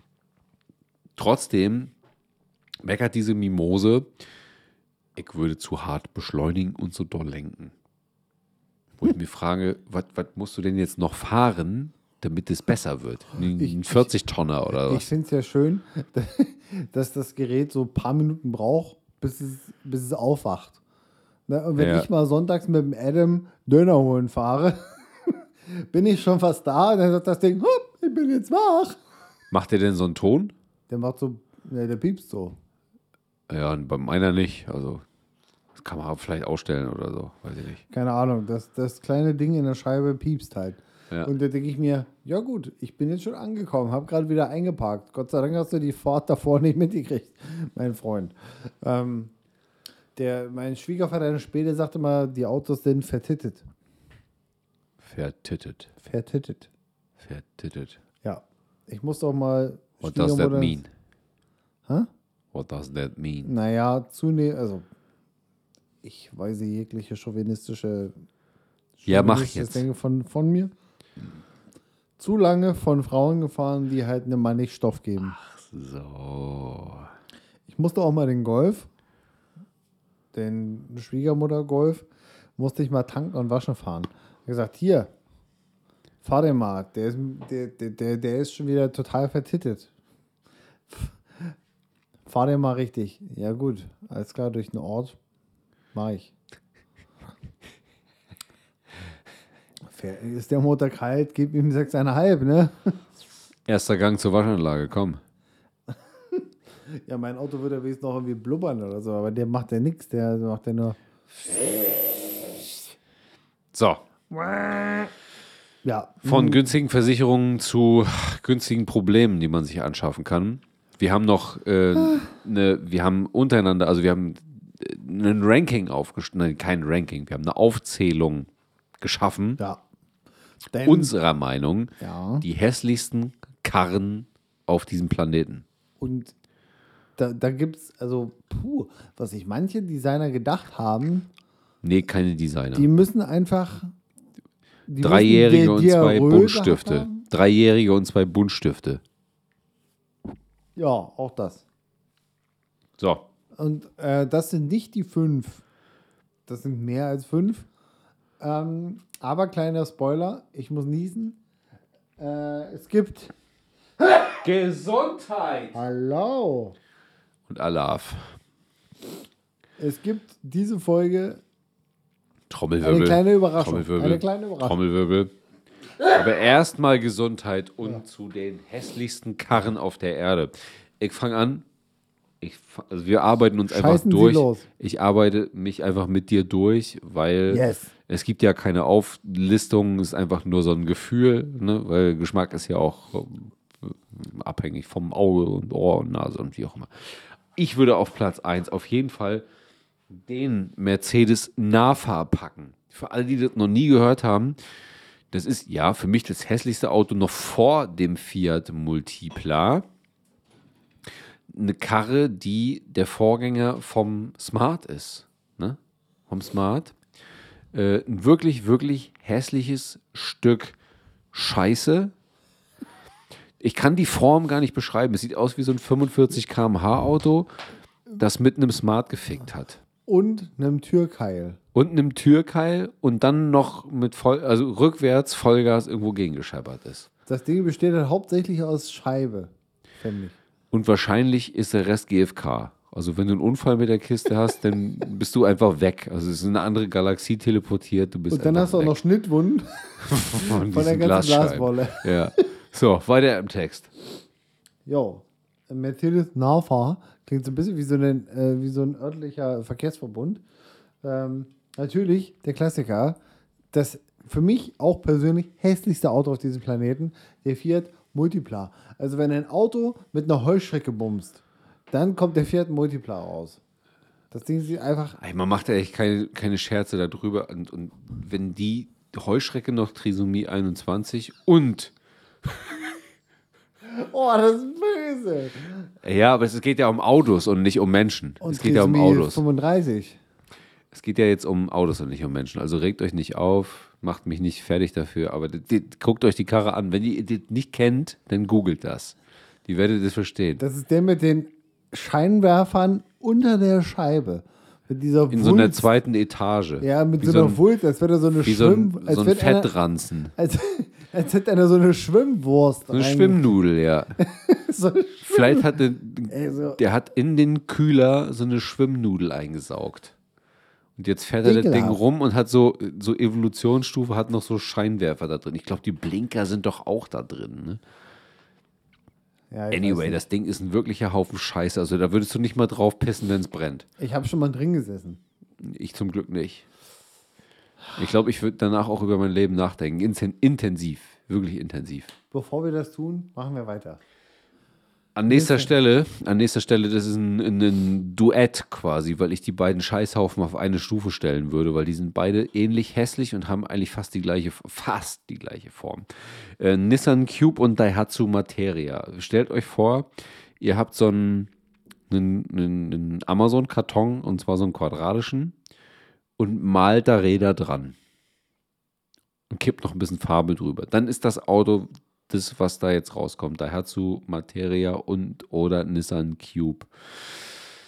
Trotzdem meckert diese Mimose, ich würde zu hart beschleunigen und so doll lenken. Wo ich mir frage, was musst du denn jetzt noch fahren, damit es besser wird? Ein 40-Tonner oder Ich was? finde es ja schön, dass das Gerät so ein paar Minuten braucht, bis es aufwacht. Ne? Und wenn Ja. ich mal sonntags mit dem Adam Döner holen fahre, bin ich schon fast da und dann sagt das Ding, hopp, ich bin jetzt wach. Macht der denn so einen Ton? Der macht so, der piepst so. Ja, und bei meiner nicht. Also, das kann man vielleicht ausstellen oder so, weiß ich nicht. Keine Ahnung, das kleine Ding in der Scheibe piepst halt. Ja. Und da denke ich mir, ja gut, ich bin jetzt schon angekommen, habe gerade wieder eingeparkt. Gott sei Dank hast du die Fahrt davor nicht mitgekriegt, mein Freund. Mein Schwiegervater in der Späte sagte mal, die Autos sind vertittet. Vertittet. Vertittet. Vertittet. Ja. Ich musste auch mal. What does that mean? Hä? What does that mean? Naja, zunehmend, also ich weise jegliche chauvinistische Ja, mach chauvinistisches jetzt. Denken von mir. Zu lange von Frauen gefahren, die halt einem Mann nicht Stoff geben. So. Ich musste auch mal den Golf, den Schwiegermutter-Golf, musste ich mal tanken und waschen fahren. Ich habe gesagt, hier, fahr den mal, der ist schon wieder total vertittet. Fahr den mal richtig. Ja gut, alles klar, durch den Ort. Mach ich. Ist der Motor kalt, gib ihm 6,5, ne? Erster Gang zur Waschanlage, komm. Ja, mein Auto würde wenigstens noch irgendwie blubbern oder so, aber der macht ja nichts, der macht ja nur. So. Ja. Von günstigen Versicherungen zu günstigen Problemen, die man sich anschaffen kann. Wir haben noch wir haben untereinander, also wir haben ein Ranking aufgestellt, nein, kein Ranking, wir haben eine Aufzählung geschaffen, Ja. Denn, unserer Meinung, ja. die hässlichsten Karren auf diesem Planeten. Und da gibt es, also, was sich manche Designer gedacht haben, Nee, keine Designer. die müssen einfach. Die Dreijährige und zwei Diarrhoe Buntstifte. gehabt haben. Dreijährige und zwei Buntstifte. Ja, auch das. So. Und das sind nicht die 5. Das sind mehr als 5. Aber kleiner Spoiler, ich muss niesen. Es gibt. Gesundheit! Hallo! Und Alaf. Es gibt diese Folge Trommelwirbel. eine kleine Überraschung. Trommelwirbel. Eine kleine Überraschung. Trommelwirbel. Aber erstmal Gesundheit und zu den hässlichsten Karren auf der Erde. Ich fange an. Also wir arbeiten uns einfach Scheißen Sie durch. los. Ich arbeite mich einfach mit dir durch, weil Yes. es gibt ja keine Auflistung, es ist einfach nur so ein Gefühl, ne? Weil Geschmack ist ja auch abhängig vom Auge und Ohr und Nase und wie auch immer. Ich würde auf Platz 1 auf jeden Fall den Mercedes Nafa packen. Für alle, die das noch nie gehört haben, das ist ja für mich das hässlichste Auto noch vor dem Fiat Multipla. Eine Karre, die der Vorgänger vom Smart ist. Ne? Vom Smart. Ein wirklich, wirklich hässliches Stück Scheiße. Ich kann die Form gar nicht beschreiben. Es sieht aus wie so ein 45 km/h Auto, das mit einem Smart gefickt hat. Und einem Türkeil. Und einem Türkeil und dann noch mit also rückwärts Vollgas irgendwo gegengescheppert ist. Das Ding besteht halt hauptsächlich aus Scheibe, finde ich. Und wahrscheinlich ist der Rest GFK. Also wenn du einen Unfall mit der Kiste hast, dann bist du einfach weg. Also es ist eine andere Galaxie teleportiert, du bist Und dann einfach hast du auch weg. noch Schnittwunden von von der diesen ganzen Glasscheiben. Glaswolle. Ja. So, weiter im Text. Jo, Mercedes Nafa klingt so ein bisschen wie so ein örtlicher Verkehrsverbund. Natürlich der Klassiker, das für mich auch persönlich hässlichste Auto auf diesem Planeten, der Fiat Multipla. Also wenn ein Auto mit einer Heuschrecke bumst, dann kommt der Fiat Multipla raus. Das Ding sieht einfach. Ey, man macht ja echt keine Scherze darüber. Und wenn die Heuschrecke noch Trisomie 21 und Oh, das ist böse. ja, aber es geht ja um Autos und nicht um Menschen. Und Es geht ja um Trisomie Autos. 35. Es geht ja jetzt um Autos und nicht um Menschen. Also regt euch nicht auf, macht mich nicht fertig dafür, aber guckt euch die Karre an. Wenn ihr die nicht kennt, dann googelt das. Die werdet es verstehen. Das ist der mit den Scheinwerfern unter der Scheibe. Mit dieser In so einer Wulst. zweiten Etage. Ja, mit Wie so einer Wulst, als wäre da so eine Wie so ein, als so ein wird einer- Fettranzen. als hätte einer so eine Schwimmwurst. So eine Schwimmnudel, ja. So, Vielleicht hat Ey, so. der hat in den Kühler so eine Schwimmnudel eingesaugt. Und jetzt fährt er das Ekelhaft. Ding rum und hat so Evolutionsstufe, hat noch so Scheinwerfer da drin. Ich glaube, die Blinker sind doch auch da drin. Ne? Ja, ich weiß Anyway, nicht. das Ding ist ein wirklicher Haufen Scheiße. Also da würdest du nicht mal drauf pissen, wenn es brennt. Ich habe schon mal drin gesessen. Ich zum Glück nicht. Ich glaube, ich würde danach auch über mein Leben nachdenken. Intensiv. Wirklich intensiv. Bevor wir das tun, machen wir weiter. An nächster Stelle, das ist ein Duett quasi, weil ich die beiden Scheißhaufen auf eine Stufe stellen würde, weil die sind beide ähnlich hässlich und haben eigentlich fast die gleiche Form. Nissan Cube und Daihatsu Materia. Stellt euch vor, ihr habt so einen Amazon-Karton, und zwar so einen quadratischen, und malt da Räder dran. Und kippt noch ein bisschen Farbe drüber. Dann ist das Auto das, was da jetzt rauskommt. Daihatsu Materia und oder Nissan Cube.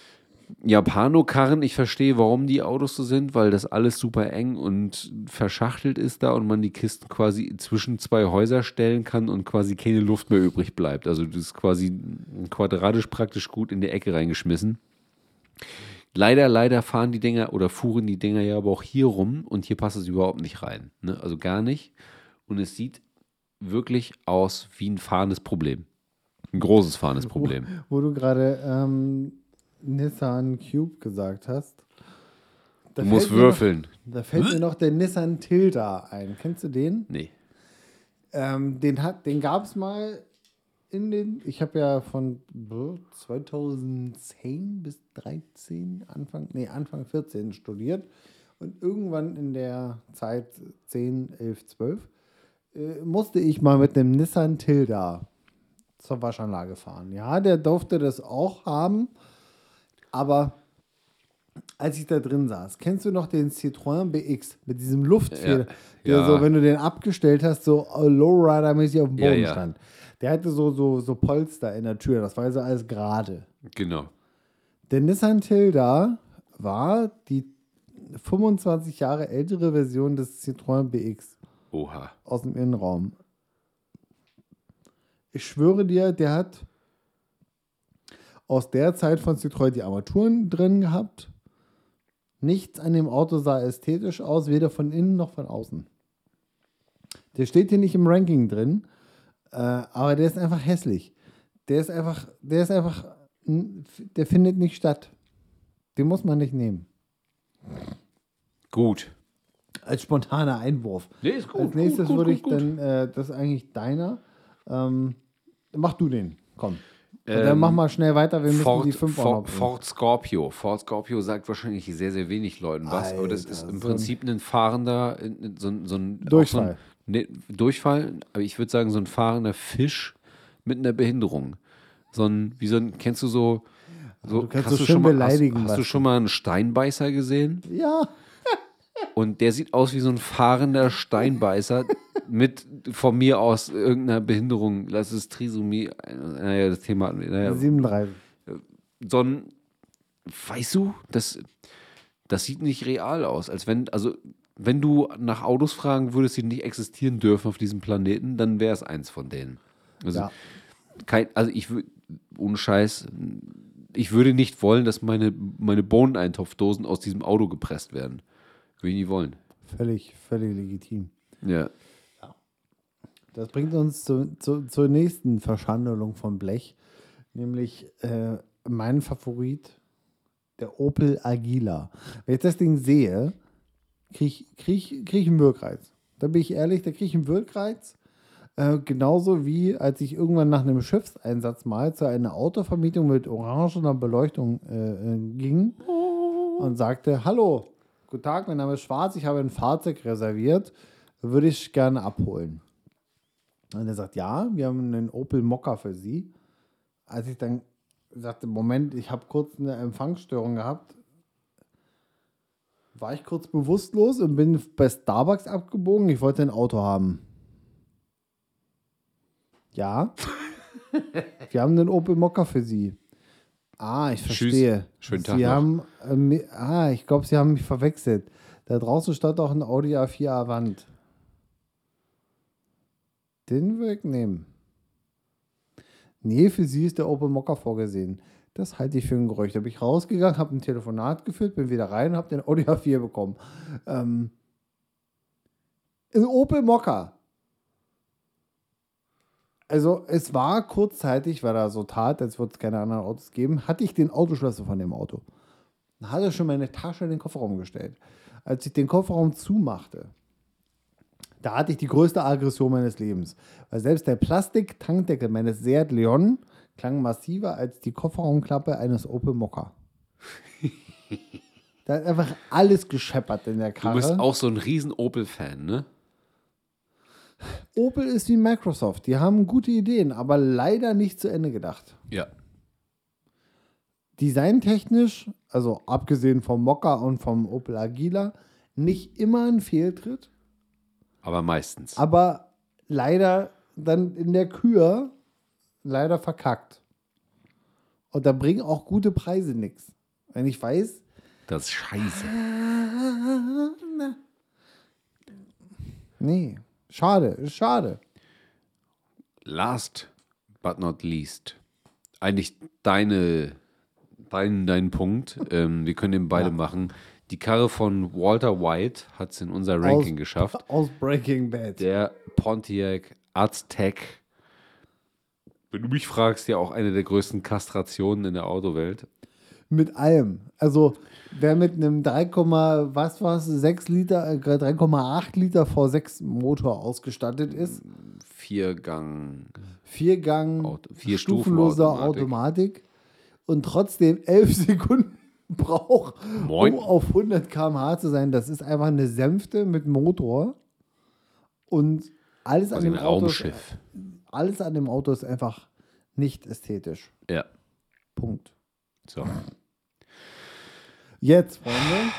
Japanokarren, ich verstehe, warum die Autos so sind, weil das alles super eng und verschachtelt ist da und man die Kisten quasi zwischen zwei Häuser stellen kann und quasi keine Luft mehr übrig bleibt. Also das ist quasi quadratisch praktisch gut in die Ecke reingeschmissen. Leider fahren die Dinger oder fuhren die Dinger ja aber auch hier rum und hier passt es überhaupt nicht rein. Ne? Also gar nicht. Und es sieht wirklich aus wie ein fahrendes Problem. Ein großes fahrendes Problem. Wo du gerade Nissan Cube gesagt hast. Du musst würfeln. Da fällt mir noch der Nissan Tilda ein. Kennst du den? Nee. Den gab es mal ich habe ja von 2010 bis 13, Anfang 14 studiert. Und irgendwann in der Zeit 10, 11, 12 musste ich mal mit dem Nissan Tilda zur Waschanlage fahren. Ja, der durfte das auch haben, aber als ich da drin saß, kennst du noch den Citroën BX mit diesem Luftfeder, der so, wenn du den abgestellt hast, so Lowrider-mäßig auf dem Boden stand. Der hatte so Polster in der Tür, das war so alles gerade. Genau. Der Nissan Tilda war die 25 Jahre ältere Version des Citroën BX. Oha. Aus dem Innenraum. Ich schwöre dir, der hat aus der Zeit von Citroën die Armaturen drin gehabt. Nichts an dem Auto sah ästhetisch aus, weder von innen noch von außen. Der steht hier nicht im Ranking drin, aber der ist einfach hässlich. Der findet nicht statt. Den muss man nicht nehmen. Gut. Als spontaner Einwurf. Nee, ist gut. Als nächstes gut, würde gut, ich gut. dann, das ist eigentlich deiner. Mach du den, komm. Und dann mach mal schnell weiter, wir müssen die 5 auch noch bringen. Ford Scorpio. Ford Scorpio sagt wahrscheinlich sehr, sehr wenig Leuten was, aber das ist im Prinzip ein fahrender, so ein Durchfall. Durchfall, aber ich würde sagen, so ein fahrender Fisch mit einer Behinderung. Kennst du so, Du kannst hast so du schön schon mal, beleidigen. hast du schon mal einen Steinbeißer gesehen? Ja. Und der sieht aus wie so ein fahrender Steinbeißer mit von mir aus irgendeiner Behinderung. Das ist Trisomie. Naja, das Thema. 37. Weißt du, das sieht nicht real aus. Wenn du nach Autos fragen würdest, die nicht existieren dürfen auf diesem Planeten, dann wäre es eins von denen. Also, ohne Scheiß, ich würde nicht wollen, dass meine Bohneneintopfdosen aus diesem Auto gepresst werden. Würde ich nie wollen. Völlig legitim. Ja. Das bringt uns zur nächsten Verschandelung von Blech, nämlich mein Favorit, der Opel Agila. Wenn ich das Ding sehe, krieg ich einen Wirkreiz. Da bin ich ehrlich, da kriege ich einen Wirkreiz. Genauso wie, als ich irgendwann nach einem Schiffseinsatz mal zu einer Autovermietung mit orangener Beleuchtung ging und sagte, hallo, guten Tag, mein Name ist Schwarz, ich habe ein Fahrzeug reserviert, würde ich gerne abholen. Und er sagt, ja, wir haben einen Opel Mokka für Sie. Als ich dann sagte, Moment, ich habe kurz eine Empfangsstörung gehabt, war ich kurz bewusstlos und bin bei Starbucks abgebogen. Ich wollte ein Auto haben. Ja, wir haben einen Opel Mokka für Sie. Ah, ich verstehe. Schönen Tag Sie noch. haben, ich glaube, Sie haben mich verwechselt. Da draußen stand auch ein Audi A4 Avant. Den will ich nehmen. Nee, für Sie ist der Opel Mokka vorgesehen. Das halte ich für ein Gerücht. Da bin ich rausgegangen, habe ein Telefonat geführt, bin wieder rein und habe den Audi A4 bekommen. Ein Opel Mokka. Also es war kurzzeitig, weil er so tat, als würde es keine anderen Autos geben, hatte ich den Autoschlüssel von dem Auto. Dann hatte schon meine Tasche in den Kofferraum gestellt. Als ich den Kofferraum zumachte, da hatte ich die größte Aggression meines Lebens. Weil selbst der Plastik-Tankdeckel meines Seat Leon klang massiver als die Kofferraumklappe eines Opel Mokka. Da hat einfach alles gescheppert in der Karre. Du bist auch so ein riesen Opel-Fan, ne? Opel ist wie Microsoft. Die haben gute Ideen, aber leider nicht zu Ende gedacht. Ja. Designtechnisch, also abgesehen vom Mokka und vom Opel Agila, nicht immer ein Fehltritt. Aber meistens. Aber leider dann in der Kür leider verkackt. Und da bringen auch gute Preise nichts. Wenn ich weiß, Das ist scheiße. nee, schade, ist schade. Last but not least. Eigentlich dein Punkt. Wir können den beide machen. Die Karre von Walter White hat es in unser Ranking geschafft. Aus Breaking Bad. Der Pontiac Aztec. Wenn du mich fragst, ja auch eine der größten Kastrationen in der Autowelt. Mit allem. Also, wer mit einem 3,8 Liter V6 Motor ausgestattet ist, Viergang, stufenloser Automatik und trotzdem 11 Sekunden braucht, Moin. um auf 100 km/h zu sein, das ist einfach eine Sänfte mit Motor und alles an ein dem Auto Raumschiff. alles an dem Auto ist einfach nicht ästhetisch. Ja. Punkt. So. Jetzt, Freunde.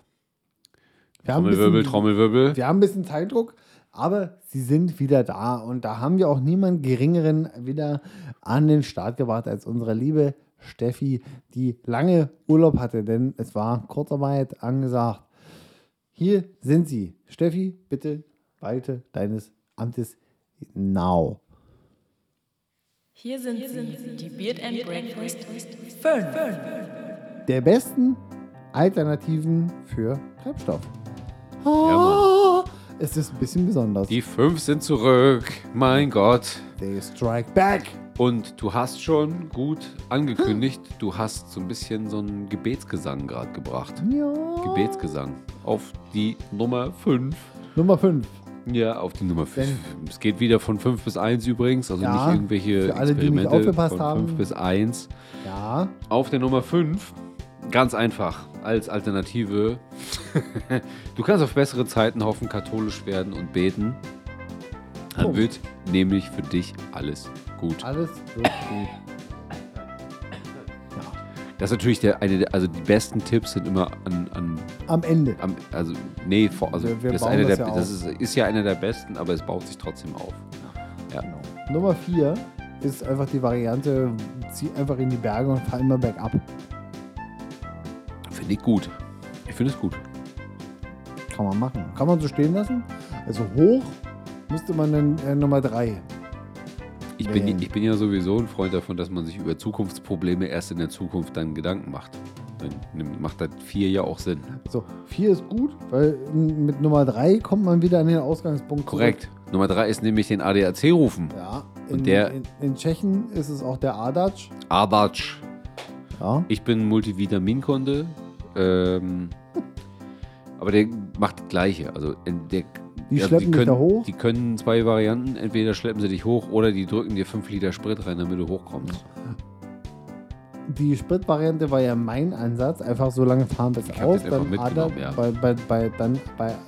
Trommelwirbel. Wir haben ein bisschen Zeitdruck, aber sie sind wieder da. Und da haben wir auch niemanden Geringeren wieder an den Start gebracht als unsere liebe Steffi, die lange Urlaub hatte, denn es war Kurzarbeit angesagt. Hier sind sie. Steffi, bitte walte deines Amtes now. Hier sind sie, die Beard and Breakfast 5. Der besten Alternativen für Treibstoff. Mann. Es ist ein bisschen besonders. Die 5 sind zurück. Mein Gott. They strike back. Und du hast schon gut angekündigt, du hast so ein bisschen so einen Gebetsgesang gerade gebracht. Ja. Gebetsgesang auf die Nummer 5. Nummer 5. Ja, auf die Nummer 5. Es geht wieder von 5 bis 1 übrigens, also Ja, nicht irgendwelche für alle, die nicht Experimente aufgepasst von haben. 5 bis 1. Ja. Auf der Nummer 5, ganz einfach, als Alternative. Du kannst auf bessere Zeiten hoffen, katholisch werden und beten. Dann Punkt. wird nämlich für dich alles gut. Alles wird gut. Das ist natürlich die besten Tipps sind immer Am Ende. Wir das, bauen eine das der, ja das ist ja einer der besten, aber es baut sich trotzdem auf. Ja. Genau. Nummer 4 ist einfach die Variante, zieh einfach in die Berge und fahr immer bergab. Finde ich gut. Ich finde es gut. Kann man machen. Kann man so stehen lassen. Also hoch müsste man dann Nummer 3. Ich bin ja sowieso ein Freund davon, dass man sich über Zukunftsprobleme erst in der Zukunft dann Gedanken macht. Dann macht das 4 ja auch Sinn. Also 4 ist gut, weil mit Nummer 3 kommt man wieder an den Ausgangspunkt Korrekt. Nummer 3 ist nämlich den ADAC rufen. zurück. Ja. Und In Tschechien ist es auch der Adac. Abatsch. Ja. Ich bin Multivitaminkunde. Aber der macht das Gleiche. Also Die schleppen dich da hoch. Die können 2 Varianten. Entweder schleppen sie dich hoch oder die drücken dir 5 Liter Sprit rein, damit du hochkommst. Die Spritvariante war ja mein Ansatz. Einfach so lange fahren bis hab aus. das einfach Dann mitgenommen,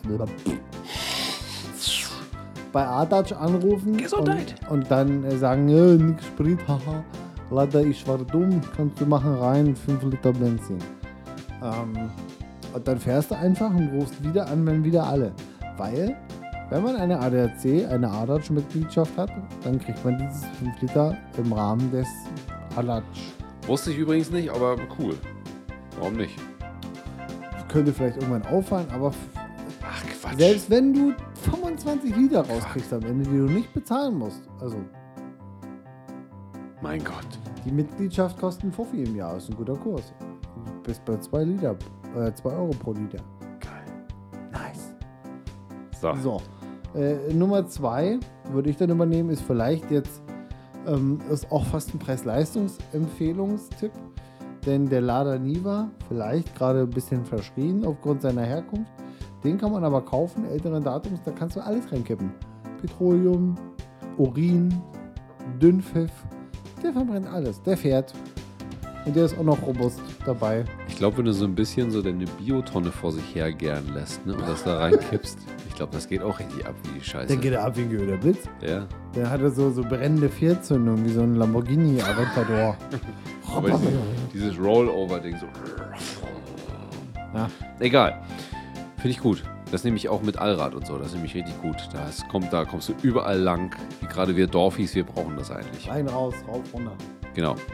bei Adac anrufen. Gesundheit. Und dann sagen, nix Sprit, haha. Leider, ich war dumm. Kannst du machen rein, 5 Liter Benzin. Und dann fährst du einfach und rufst wieder an, wenn wieder alle. Weil, wenn man eine ADAC, eine Adac-Mitgliedschaft hat, dann kriegt man dieses 5 Liter im Rahmen des Adac. Wusste ich übrigens nicht, aber cool. Warum nicht? Könnte vielleicht irgendwann auffallen, aber Ach, Quatsch. selbst wenn du 25 Liter rauskriegst am Ende, die du nicht bezahlen musst, also Mein Gott. die Mitgliedschaft kostet ein Fuffi im Jahr, ist ein guter Kurs. Bis bei 2 Euro pro Liter. Geil. Nice. So. So, Nummer 2 würde ich dann übernehmen, ist vielleicht jetzt, ist auch fast ein Preis-Leistungs-Empfehlungstipp, denn der Lada Niva, vielleicht gerade ein bisschen verschrien aufgrund seiner Herkunft, den kann man aber kaufen, älteren Datums, da kannst du alles reinkippen. Petroleum, Urin, Dünnpfiff, der verbrennt alles, der fährt und der ist auch noch robust dabei. Ich glaube, wenn du so ein bisschen so deine Biotonne vor sich her gären lässt, ne, und das da reinkippst, ich glaube, das geht auch richtig ab wie die Scheiße. Der geht ab wie ein Geöder Blitz. Ja. Der hatte so brennende Vierzündung, wie so ein Lamborghini Aventador. Aber dieses Rollover-Ding so. Ja. Egal. Finde ich gut. Das nehme ich auch mit Allrad und so. Das ist nämlich richtig gut. Da kommst du überall lang. Wie gerade wir Dorfis, wir brauchen das eigentlich. Rein, raus, rauf, runter. Genau.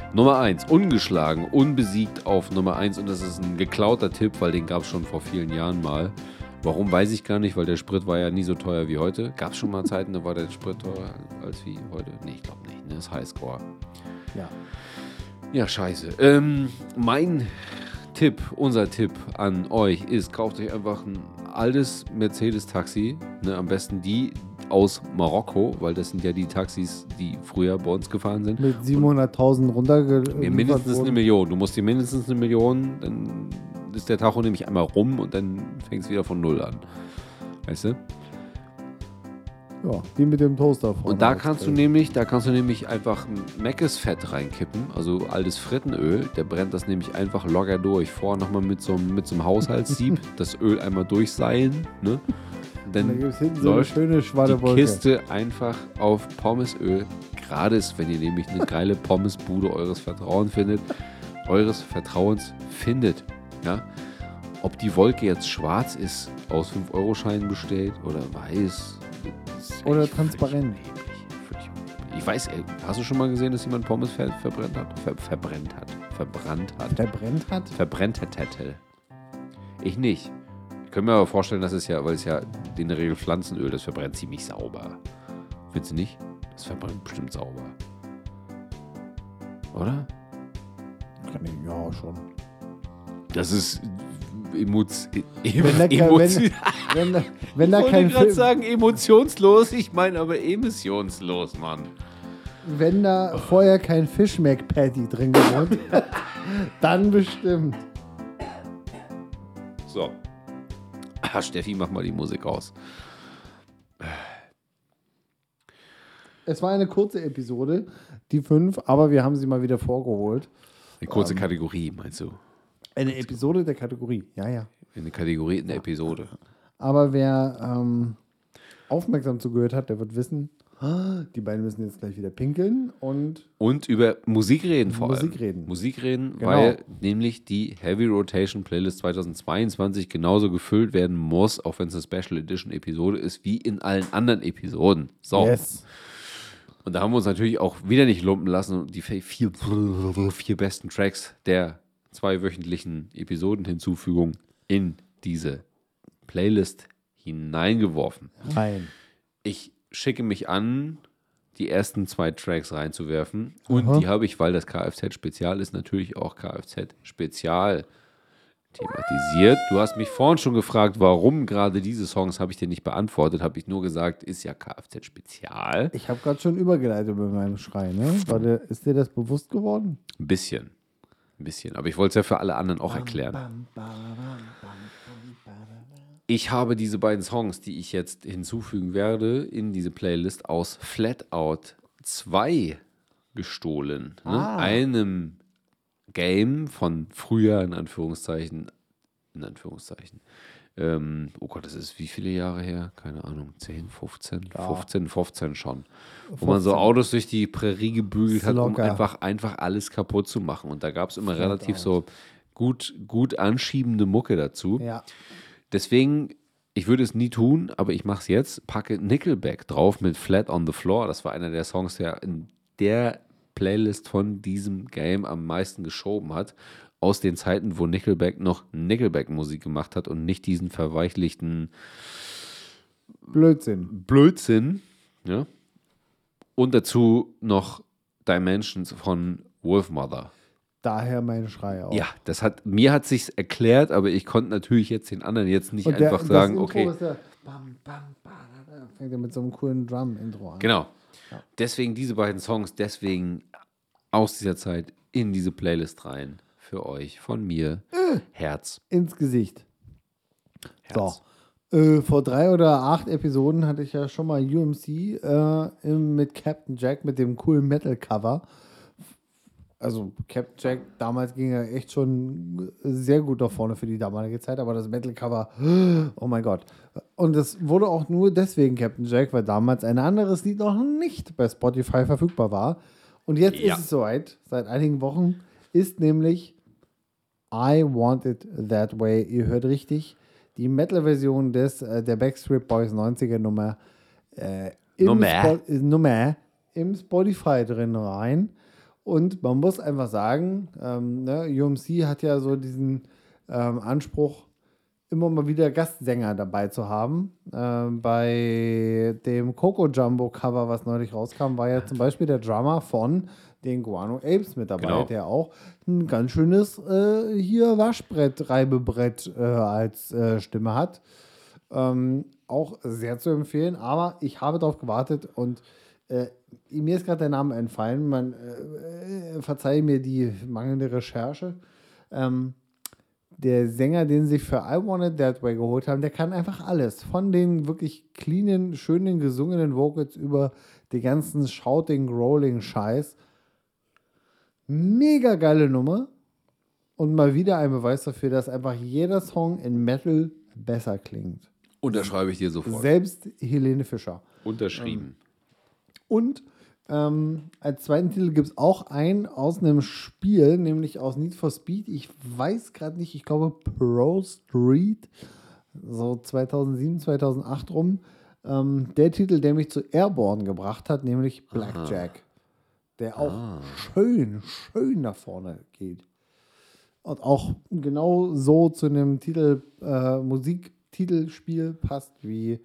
Nummer 1, ungeschlagen, unbesiegt auf Nummer 1 und das ist ein geklauter Tipp, weil den gab es schon vor vielen Jahren mal. Warum, weiß ich gar nicht, weil der Sprit war ja nie so teuer wie heute. Gab es schon mal Zeiten, da war der Sprit teurer als wie heute? Nee, ich glaube nicht, ne? Das ist Highscore. Ja. Ja, scheiße. Mein Tipp, unser Tipp an euch ist, kauft euch einfach ein altes Mercedes-Taxi, ne? Am besten die aus Marokko, weil das sind ja die Taxis, die früher bei uns gefahren sind. Mit 700.000 runtergeliefert Mindestens eine wurden. Million. Du musst dir mindestens 1 Million, dann ist der Tacho nämlich einmal rum und dann fängt es wieder von Null an. Weißt du? Ja, die mit dem Toaster vorne. Und da kannst du nämlich einfach Meckes-Fett reinkippen, also altes Frittenöl. Der brennt das nämlich einfach locker durch. Vorher nochmal mit so einem Haushaltssieb das Öl einmal durchseilen. Ne? Und dann Dann gibt es hinten so eine läuft schöne schwarze die Wolke. Kiste einfach auf Pommesöl. Gerade ist, wenn ihr nämlich eine geile Pommesbude eures Vertrauens findet. Ja? Ob die Wolke jetzt schwarz ist, aus 5-Euro-Scheinen besteht oder weiß. ist Oder eigentlich transparent. völlig unerheblich. Ich weiß, hast du schon mal gesehen, dass jemand Pommes verbrannt hat? Verbrannt hätte. Ich nicht. Ich könnte mir aber vorstellen, dass es ja, weil es ja in der Regel Pflanzenöl, das verbrennt ziemlich sauber. Findest du nicht? Das verbrennt bestimmt sauber. Oder? Ja, schon. Das ist Wenn da kein gerade Film, sagen emotionslos, ich meine aber emissionslos, Mann. wenn da vorher kein Fish McPatty drin gewohnt hat, dann bestimmt. So. Steffi, mach mal die Musik aus. Es war eine kurze Episode, die 5, aber wir haben sie mal wieder vorgeholt. Eine kurze Kategorie, meinst du? Eine Episode der Kategorie, ja. Eine Kategorie in der Episode. Aber wer aufmerksam zugehört hat, der wird wissen, die beiden müssen jetzt gleich wieder pinkeln und Und über Musik reden vor allem. Musik reden. Genau. Weil nämlich die Heavy Rotation Playlist 2022 genauso gefüllt werden muss, auch wenn es eine Special Edition Episode ist, wie in allen anderen Episoden. So. Yes. Und da haben wir uns natürlich auch wieder nicht lumpen lassen und die vier besten Tracks der 2 wöchentlichen Episoden-Hinzufügung in diese Playlist hineingeworfen. Rein. Ich schicke mich an, die ersten 2 Tracks reinzuwerfen. Und die habe ich, weil das Kfz-Spezial ist, natürlich auch Kfz-Spezial thematisiert. Du hast mich vorhin schon gefragt, warum gerade diese Songs, habe ich dir nicht beantwortet, habe ich nur gesagt, ist ja Kfz-Spezial. Ich habe gerade schon übergeleitet mit meinem Schrei, ne? Ist dir das bewusst geworden? Ein bisschen. Aber ich wollte es ja für alle anderen auch erklären. Ich habe diese beiden Songs, die ich jetzt hinzufügen werde, in diese Playlist aus Flatout 2 gestohlen. Ne? Einem Game von früher, in Anführungszeichen. Oh Gott, das ist wie viele Jahre her? Keine Ahnung, 10, 15? Ja. 15 schon. Wo man so Autos durch die Prärie gebügelt hat, um Locker. einfach alles kaputt zu machen. Und da gab es immer Flat relativ out. so gut anschiebende Mucke dazu. Ja. Deswegen, ich würde es nie tun, aber ich mache es jetzt. Packe Nickelback drauf mit Flat on the Floor. Das war einer der Songs, der in der Playlist von diesem Game am meisten geschoben hat. Aus den Zeiten, wo Nickelback noch Nickelback-Musik gemacht hat und nicht diesen verweichlichten Blödsinn. Ja? Und dazu noch Dimensions von Wolfmother. Daher mein Schrei auch. Ja, mir hat sich's erklärt, aber ich konnte natürlich jetzt den anderen jetzt nicht Und einfach das sagen, Intro okay. ist der bam, bam, bam, da fängt er mit so einem coolen Drum-Intro an. Genau. Ja. Deswegen diese beiden Songs, deswegen aus dieser Zeit in diese Playlist rein. Für euch, von mir. Herz. Ins Gesicht. Herz. So. Vor 3 oder 8 Episoden hatte ich ja schon mal UMC mit Captain Jack mit dem coolen Metal-Cover. Also Captain Jack, damals ging er echt schon sehr gut nach vorne für die damalige Zeit, aber das Metal-Cover, oh mein Gott. Und das wurde auch nur deswegen Captain Jack, weil damals ein anderes Lied noch nicht bei Spotify verfügbar war. Und jetzt ist es soweit, seit einigen Wochen, ist nämlich I Want It That Way. Ihr hört richtig, die Metal-Version der Backstreet Boys 90er Nummer im Spotify drin rein. Und man muss einfach sagen, UMC hat ja so diesen Anspruch, immer mal wieder Gastsänger dabei zu haben. Bei dem Coco Jumbo Cover, was neulich rauskam, war ja zum Beispiel der Drummer von den Guano Apes mit dabei, Genau. der auch ein ganz schönes hier Waschbrett, Reibebrett als Stimme hat. Auch sehr zu empfehlen, aber ich habe darauf gewartet und mir ist gerade der Name entfallen. Man verzeihe mir die mangelnde Recherche. Der Sänger, den sie für I Want It That Way geholt haben, der kann einfach alles. Von den wirklich cleanen, schönen, gesungenen Vocals über den ganzen Shouting, Rolling Scheiß. Mega geile Nummer. Und mal wieder ein Beweis dafür, dass einfach jeder Song in Metal besser klingt. Unterschreibe ich dir sofort. Selbst Helene Fischer. Unterschrieben. Und als zweiten Titel gibt es auch einen aus einem Spiel, nämlich aus Need for Speed. Ich weiß gerade nicht, ich glaube Pro Street, so 2007, 2008 rum. Der Titel, der mich zu Airborne gebracht hat, nämlich Blackjack. Der auch schön nach vorne geht. Und auch genau so zu einem Titel, Musiktitelspiel passt, wie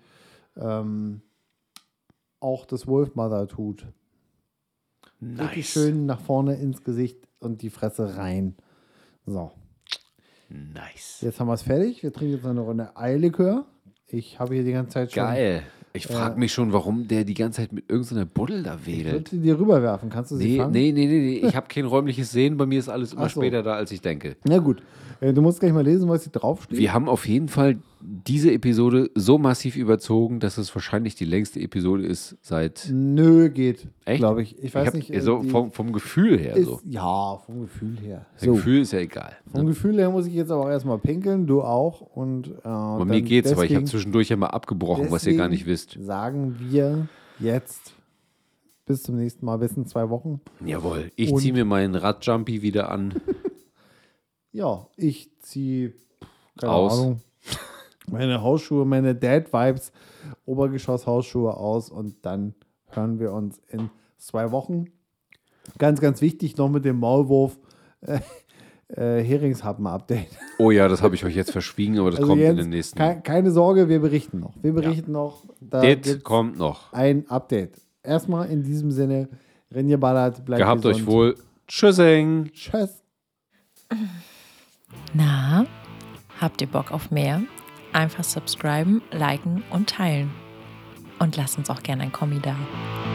auch das Wolfmother tut. Wirklich schön nach vorne ins Gesicht und die Fresse rein. So. Nice. Jetzt haben wir es fertig. Wir trinken jetzt noch eine Runde Eilikör. Ich habe hier die ganze Zeit schon. Geil. Ich frage mich schon, warum der die ganze Zeit mit irgendeiner Buddel da Ich wedelt. würde sie dir rüberwerfen. Kannst du sie fangen? Nee. Ich habe kein räumliches Sehen. Bei mir ist alles immer Ach so. später da, als ich denke. Na gut. Du musst gleich mal lesen, was hier draufsteht. Wir haben auf jeden Fall diese Episode so massiv überzogen, dass es wahrscheinlich die längste Episode ist seit. Nö, geht. Echt? Glaube ich. Ich weiß nicht. So vom Gefühl her ist, so. Ja, vom Gefühl her. Das Gefühl ist ja egal. Vom Gefühl her muss ich jetzt aber auch erstmal pinkeln. Du auch. Und, Bei mir geht's, aber ich habe zwischendurch ja mal abgebrochen, was ihr gar nicht wisst. Sagen wir jetzt bis zum nächsten Mal, bis in 2 Wochen. Jawohl. Ich Und- ziehe mir meinen Radjumpy wieder an. Ja, ich ziehe Aus. meine Hausschuhe, meine Dad-Vibes, Obergeschoss-Hausschuhe aus und dann hören wir uns in 2 Wochen. Ganz, ganz wichtig noch mit dem Maulwurf Heringshappen-Update. Oh ja, das habe ich euch jetzt verschwiegen, aber das Also kommt in Jens, den nächsten. keine Sorge, wir berichten noch. Wir berichten noch. Da Das gibt's kommt noch. ein Update. Erstmal in diesem Sinne, Renje Ballert, bleibt Gehabt gesund. euch wohl. Tschüssing. Tschüss. Na, habt ihr Bock auf mehr? Einfach subscriben, liken und teilen. Und lasst uns auch gerne ein Kommi da.